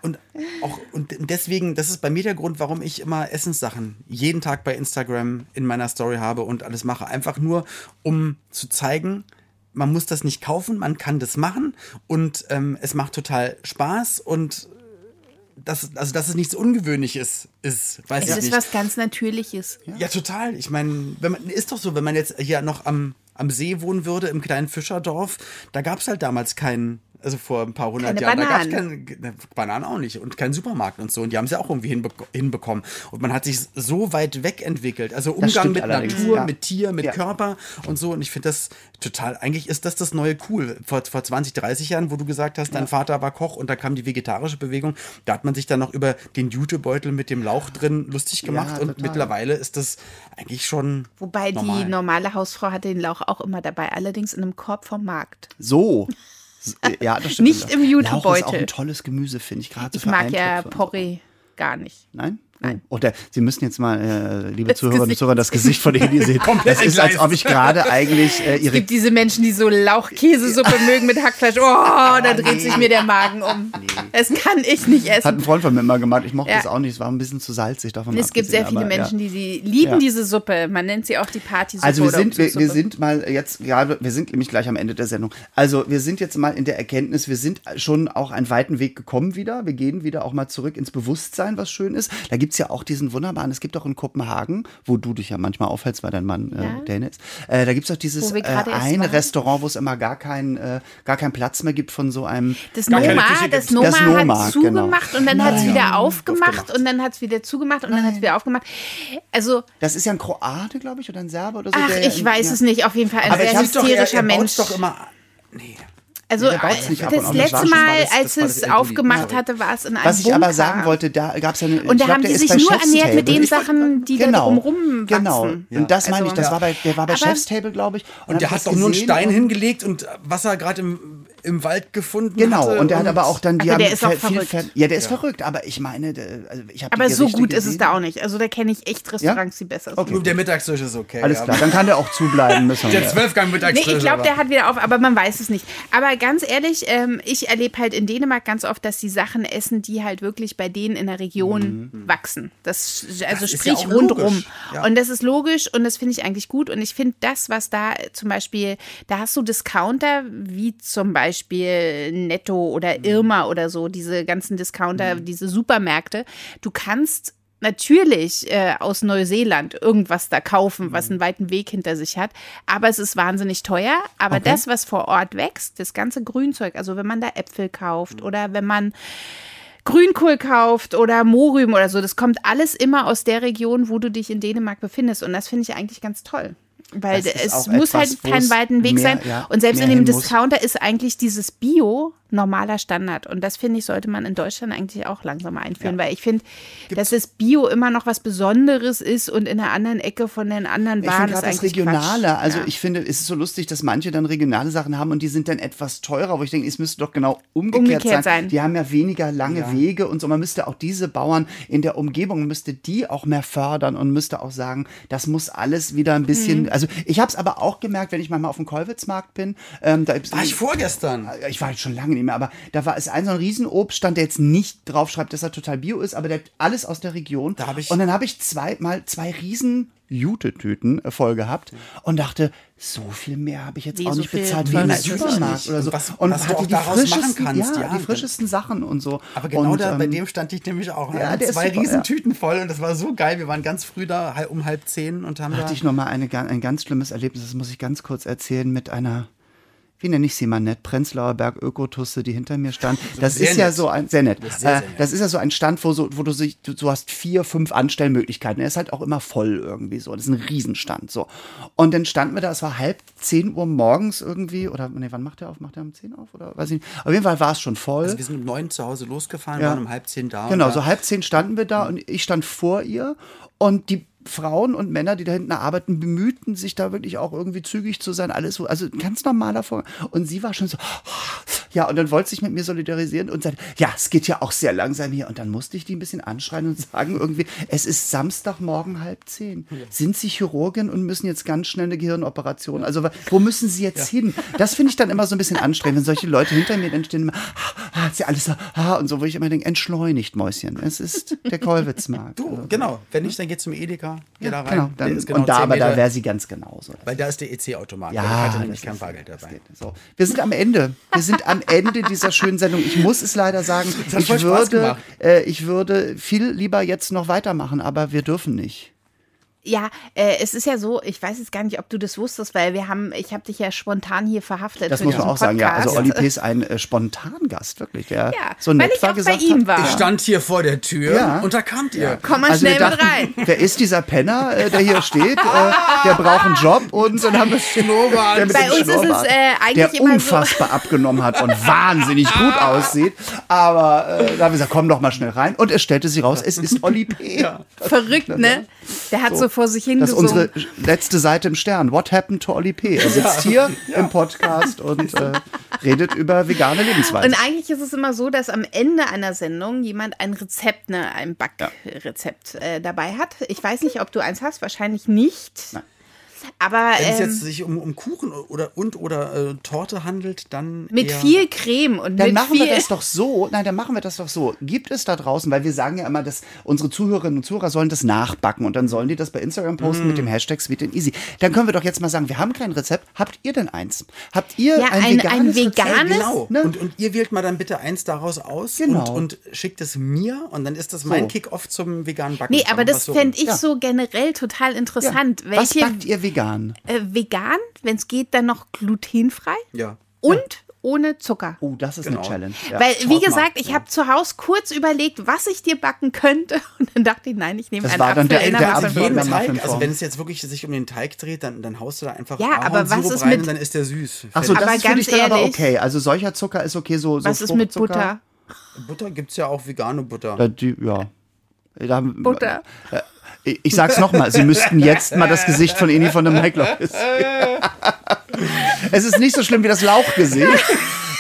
Und deswegen, das ist bei mir der Grund, warum ich immer Essenssachen jeden Tag bei Instagram in meiner Story habe und alles mache. Einfach nur, um zu zeigen, man muss das nicht kaufen, man kann das machen und es macht total Spaß und dass es nichts Ungewöhnliches ist, weiß Es ich ist nicht. was ganz Natürliches. Ja, total. Ich meine, ist doch so, wenn man jetzt hier noch am See wohnen würde, im kleinen Fischerdorf, da gab es halt damals keinen, also vor ein paar hundert Keine Jahren, da gab es Bananen. keine Bananen auch nicht und keinen Supermarkt und so. Und die haben es ja auch irgendwie hinbekommen. Und man hat sich so weit wegentwickelt. Also Umgang stimmt mit allerdings, Natur, ja. mit Tier, mit Ja. Körper und so. Und ich finde das total, eigentlich ist das neue Cool. Vor 20, 30 Jahren, wo du gesagt hast, dein Vater war Koch und da kam die vegetarische Bewegung, da hat man sich dann noch über den Jutebeutel mit dem Lauch drin lustig gemacht. Und total. mittlerweile ist das eigentlich schon Wobei normal. die normale Hausfrau hatte den Lauch auch immer dabei, allerdings in einem Korb vom Markt. So. Ja, das stimmt. Nicht im Lauch ist Jutebeutel. auch ein tolles Gemüse, finde ich. Gerade so Ich für mag ja Eintöpfe und so. Porree gar nicht. Nein? Nein. Oder Sie müssen jetzt mal, liebe Das Zuhörerinnen und Gesicht. Zuhörer, das Gesicht von Hedi sehen. Das ist, als ob ich gerade eigentlich Es ihre. gibt diese Menschen, die so Lauchkäsesuppe mögen mit Hackfleisch. Oh, da dreht sich mir der Magen um. Das kann ich nicht Hat essen. ein Freund von mir immer gemacht. Ich mochte Ja. das auch nicht. Es war ein bisschen zu salzig davon. Es gibt sehr viele abgesehen, aber, Menschen, die sie lieben Ja. diese Suppe. Man nennt sie auch die Partysuppe. Also wir oder sind Umzugssuppe. mal jetzt, ja, wir sind nämlich gleich am Ende der Sendung. Also wir sind jetzt mal in der Erkenntnis, wir sind schon auch einen weiten Weg gekommen wieder. Wir gehen wieder auch mal zurück ins Bewusstsein, was schön ist. Da gibt's ja auch diesen wunderbaren, es gibt auch in Kopenhagen, wo du dich ja manchmal aufhältst, weil dein Mann Däne ist. Da gibt's auch dieses Wo wir gerade erst eine waren. Restaurant, wo es immer gar keinen Platz mehr gibt von so einem. Das Gar keine Noma, Küche das gibt. Noma Das Noma, hat zugemacht und dann hat es wieder aufgemacht Aufgemacht. und dann hat es wieder zugemacht und dann hat es wieder aufgemacht. Also, Das ist ja ein Kroate, glaube ich, oder ein Serbe oder so. ach, der ja ich weiß ja. es nicht. Auf jeden Fall ein Aber sehr ich hab's doch- hysterischer er Mensch. baut's doch immer. Nee. Also der baut's nicht ab und das an. Das letzte war schon- Mal, das war als das es Juli. aufgemacht Sorry. hatte, war es in einem Was ich Bunker. aber sagen wollte, da gab es ja eine. Und da haben die sich nur ernährt mit den Sachen, die da drumrum wachsen. Genau. Und das meine ich, Also- der war bei Aber- Chef's Table, glaube ich. Und der hab hat das doch nur einen gesehen Stein und- hingelegt und was er gerade im Wald gefunden Genau, hatte. und der hat aber auch dann, die Aber haben der ist auch verrückt. Ja, der ist verrückt, aber ich meine, also ich habe Aber so gut ist es da auch nicht. Also da kenne ich echt Restaurants, die besser sind. Okay. Nur der Mittagstisch ist okay. Alles klar, dann kann der auch zubleiben müssen. Der 12-Gang-Mittagstisch. Nee, ich glaube, der hat wieder auf, aber man weiß es nicht. Aber ganz ehrlich, ich erlebe halt in Dänemark ganz oft, dass die Sachen essen, die halt wirklich bei denen in der Region wachsen. Also ist sprich ja auch rundrum. logisch. Ja. Und das ist logisch und das finde ich eigentlich gut. Und ich finde das, was da zum Beispiel, da hast du Discounter, wie zum Beispiel Netto oder Irma oder so, diese ganzen Discounter, diese Supermärkte. Du kannst natürlich aus Neuseeland irgendwas da kaufen, was einen weiten Weg hinter sich hat. Aber es ist wahnsinnig teuer. Aber das, was vor Ort wächst, das ganze Grünzeug, also wenn man da Äpfel kauft oder wenn man Grünkohl kauft oder Mohrrüben oder so, das kommt alles immer aus der Region, wo du dich in Dänemark befindest. Und das finde ich eigentlich ganz toll. Weil es muss halt keinen weiten Weg sein. Und selbst in dem Discounter ist eigentlich dieses Bio normaler Standard. Und das, finde ich, sollte man in Deutschland eigentlich auch langsam einführen. Weil ich finde, dass das Bio immer noch was Besonderes ist und in einer anderen Ecke von den anderen Waren ist eigentlich das Regionale, Quatsch. also ich finde, es ist so lustig, dass manche dann regionale Sachen haben und die sind dann etwas teurer, wo ich denke, es müsste doch genau umgekehrt sein. Die haben ja weniger lange Wege und so. Man müsste auch diese Bauern in der Umgebung, müsste die auch mehr fördern und müsste auch sagen, das muss alles wieder ein bisschen, also ich habe es aber auch gemerkt, wenn ich manchmal auf dem Kollwitzmarkt bin. War ich vorgestern? Ich war jetzt schon lange nicht mehr, aber da war es so ein Riesenobststand, der jetzt nicht draufschreibt, dass er total bio ist, aber der hat alles aus der Region. Und dann habe ich zwei riesen Jute-Tüten voll gehabt und dachte, so viel mehr habe ich jetzt auch nicht bezahlt wie im Supermarkt oder so. Und was hatte die frischesten, die frischesten Sachen und so. Aber genau bei dem stand ich nämlich auch. Ja, der 2 Riesentüten voll und das war so geil. Wir waren ganz früh da, um 9:30 und haben hatte ich noch mal ein ganz schlimmes Erlebnis, das muss ich ganz kurz erzählen, mit einer, wie nenne ich sie mal nett, Prenzlauer Berg Ökotusse, die hinter mir stand. Das ist ja so ein, sehr nett. Das ist ja so ein Stand, wo du hast 4, 5 Anstellmöglichkeiten. Er ist halt auch immer voll irgendwie so. Das ist ein Riesenstand, so. Und dann standen wir da, es war 9:30 morgens irgendwie, oder, nee, wann macht er auf? Macht er um 10 auf, oder? Weiß ich nicht. Auf jeden Fall war es schon voll. Also wir sind um 9 zu Hause losgefahren, waren um 9:30 da. Genau, so 9:30 standen wir da und ich stand vor ihr und die Frauen und Männer, die da hinten arbeiten, bemühten sich da wirklich auch irgendwie zügig zu sein, alles so, also ein ganz normaler Vorgang. Und sie war schon so, ja, und dann wollte sich mit mir solidarisieren und sagte, ja, es geht ja auch sehr langsam hier. Und dann musste ich die ein bisschen anschreien und sagen irgendwie, es ist Samstagmorgen 9:30. Sind Sie Chirurgin und müssen jetzt ganz schnell eine Gehirnoperation? Also wo müssen Sie jetzt hin? Das finde ich dann immer so ein bisschen anstrengend, wenn solche Leute hinter mir dann stehen, ist ja alles so, und so, wo ich immer denke, entschleunigt, Mäuschen. Es ist der Kollwitzmarkt. Genau, wenn nicht, dann geht zum Edeka. Geh da rein. Genau, und da wäre sie ganz genauso. Weil da ist der EC-Automat. Ja, ich hatte nämlich kein Bargeld dabei. So. Wir sind am Ende. Wir sind am Ende dieser schönen Sendung. Ich muss es leider sagen, ich würde viel lieber jetzt noch weitermachen, aber wir dürfen nicht. Ja, es ist ja so, ich weiß jetzt gar nicht, ob du das wusstest, weil ich habe dich ja spontan hier verhaftet. Das muss man auch sagen, ja. Also Olli P. ist ein Spontangast, wirklich, der so nett weil ich war, auch gesagt bei ihm hat. war. Ich stand hier vor der Tür und da kamt ihr. Komm mal schnell mit rein. Wer ist dieser Penner, der hier steht? Der braucht einen Job und dann haben wir Schnurrbart. Bei uns ist es eigentlich der immer unfassbar abgenommen hat und wahnsinnig gut aussieht. Aber da haben wir gesagt, komm doch mal schnell rein. Und es stellte sich raus, es ist Olli P. Verrückt, ne? Der hat so vor sich hin Das ist gesungen. unsere letzte Seite im Stern. What happened to Olli P? Er sitzt hier im Podcast und redet über vegane Lebensweise. Und eigentlich ist es immer so, dass am Ende einer Sendung jemand ein Rezept, ein Backrezept dabei hat. Ich weiß nicht, ob du eins hast, wahrscheinlich nicht. Nein. Aber wenn es jetzt sich um Kuchen oder Torte handelt, dann mit viel Creme und dann mit machen viel... wir das doch so. Nein, dann machen wir das doch so. Gibt es da draußen, weil wir sagen ja immer, dass unsere Zuhörerinnen und Zuhörer sollen das nachbacken und dann sollen die das bei Instagram posten mit dem Hashtag Sweet and Easy. Dann können wir doch jetzt mal sagen, wir haben kein Rezept. Habt ihr denn eins? Habt ihr ein veganes Rezept? Genau. Ne? Und ihr wählt mal dann bitte eins daraus aus und schickt es mir und dann ist das mein Kick-Off zum veganen Backen. Nee, aber das fände ich so generell total interessant. Ja. Was backt ihr vegan? Vegan, wenn es geht, dann noch glutenfrei und ohne Zucker. Oh, das ist eine Challenge. Ja. Weil, wie gesagt, ich habe zu Hause kurz überlegt, was ich dir backen könnte und dann dachte ich, nein, ich nehme einen Apfel. Also wenn es jetzt wirklich sich um den Teig dreht, dann haust du da einfach aber was ist rein und dann ist der süß. Achso, das aber ist für dich dann aber okay. Also solcher Zucker ist okay, so was ist mit Butter? Butter gibt es ja auch vegane Butter. Butter. Ich sag's nochmal, Sie müssten jetzt mal das Gesicht von Eni von der Maiklok sehen. Es ist nicht so schlimm wie das Lauchgesicht,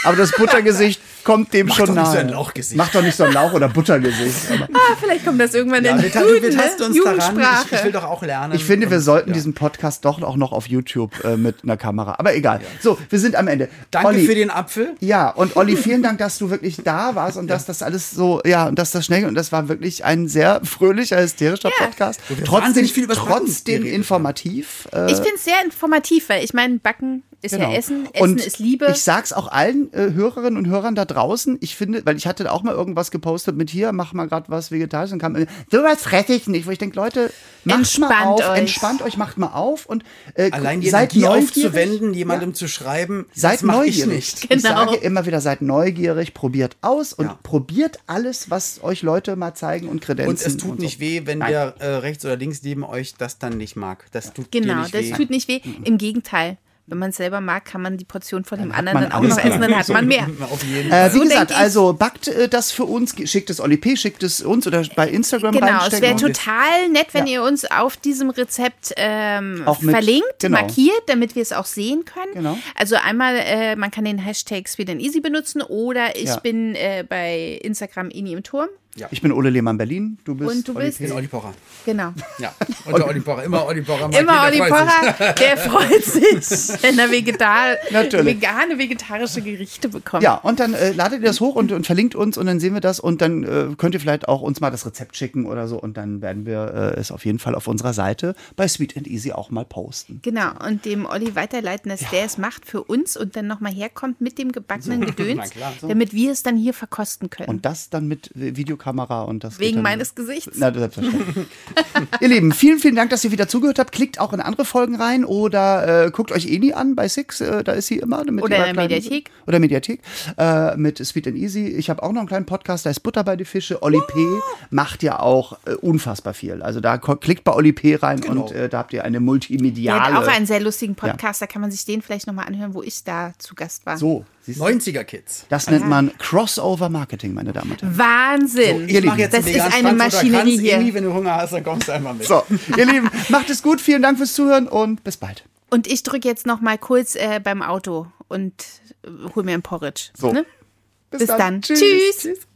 Aber das Buttergesicht kommt dem schon nahe. Mach doch nicht so ein Lauchgesicht. Mach doch nicht so ein Lauch- oder Buttergesicht. Aber Vielleicht kommt das irgendwann in wir tasten uns daran. Jugendsprache. Ich will doch auch lernen. ich finde, wir sollten diesen Podcast doch auch noch auf YouTube mit einer Kamera. Aber egal. So, wir sind am Ende. Danke Olli, für den Apfel. Ja, und Olli, vielen Dank, dass du wirklich da warst und dass das alles so, ja, und dass das schnell, und das war wirklich ein sehr fröhlicher, hysterischer Podcast. wahnsinnig viel übers Backen Trotzdem geredet informativ. Ich finde es sehr informativ, weil ich meine, Backen ist ja Essen, Essen Und ist Liebe. Ich sag's auch allen Hörerinnen und Hörern da draußen. Ich finde, weil ich hatte auch mal irgendwas gepostet mit hier, mach mal gerade was Vegetarisches und kam sowas fresse ich nicht, wo ich denke, Leute, macht mal auf, entspannt euch, macht mal auf und allein die seid Energie neugierig. aufzuwenden, jemandem zu schreiben, Seid das mach ich neugierig. nicht. Ich Genau. sage immer wieder, seid neugierig, probiert aus und probiert alles, was euch Leute mal zeigen und kredenzen. Und es tut und nicht so. weh, wenn der rechts oder links neben euch das dann nicht mag. Das tut dir Genau, nicht das weh. tut nicht weh. Im Gegenteil. Wenn man es selber mag, kann man die Portion von dem anderen man dann auch noch alles essen, dann hat man mehr. Auf jeden Fall. So Wie gesagt, denk ich. also backt das für uns, schickt es Oli P., schickt es uns oder bei Instagram Genau, es reinstecken. wäre total nett, wenn Ja. ihr uns auf diesem Rezept Auch mit- verlinkt, genau. markiert, damit wir es auch sehen können. Genau. Also einmal, man kann den Hashtag Sweet and Easy benutzen oder ich Ja. bin bei Instagram Ini im Turm. Ich bin Ole Lehmann Berlin, du bist Und du Oli bist- P. Ich bin Olli Pocher. Genau. Ja, und der Olli Pocher. Immer Olli Pocher. Immer Olli Jeder freut sich. Pocher, der freut sich, wenn er Natürlich. vegane, vegetarische Gerichte bekommt. Ja, und dann ladet ihr das hoch und verlinkt uns und dann sehen wir das und dann könnt ihr vielleicht auch uns mal das Rezept schicken oder so und dann werden wir es auf jeden Fall auf unserer Seite bei Sweet and Easy auch mal posten. Genau, und dem Olli weiterleiten, dass der es macht für uns und dann nochmal herkommt mit dem gebackenen Gedöns, na klar. damit wir es dann hier verkosten können. Und das dann mit Videokamera und das geht Wegen dann, meines Gesichts. Na, selbstverständlich. Ihr Lieben, vielen, vielen Dank, dass ihr wieder zugehört habt. Klickt auch in andere Folgen rein oder guckt euch Eni an bei Six, da ist sie immer. Mit Oder ihrer in der Mediathek. Oder Mediathek mit Sweet and Easy. Ich habe auch noch einen kleinen Podcast, da ist Butter bei die Fische. Oli P. macht ja auch unfassbar viel. Also da klickt bei Oli P. rein und da habt ihr eine Der multimediale. hat auch einen sehr lustigen Podcast, da kann man sich den vielleicht nochmal anhören, wo ich da zu Gast war. So, siehst du? 90er-Kids. Das nennt man Crossover-Marketing, meine Damen und Herren. Wahnsinn! ihr Lieben, Mach jetzt das einen ist veganen eine Franz oder Maschinerie Kranz. hier. Eni, wenn du Hunger hast, dann kommst du einmal mit. So, ihr Lieben, macht es gut. Vielen Dank fürs Zuhören und bis bald. Und ich drücke jetzt nochmal kurz beim Auto und hol mir ein Porridge. So. Ne? Bis dann. Tschüss.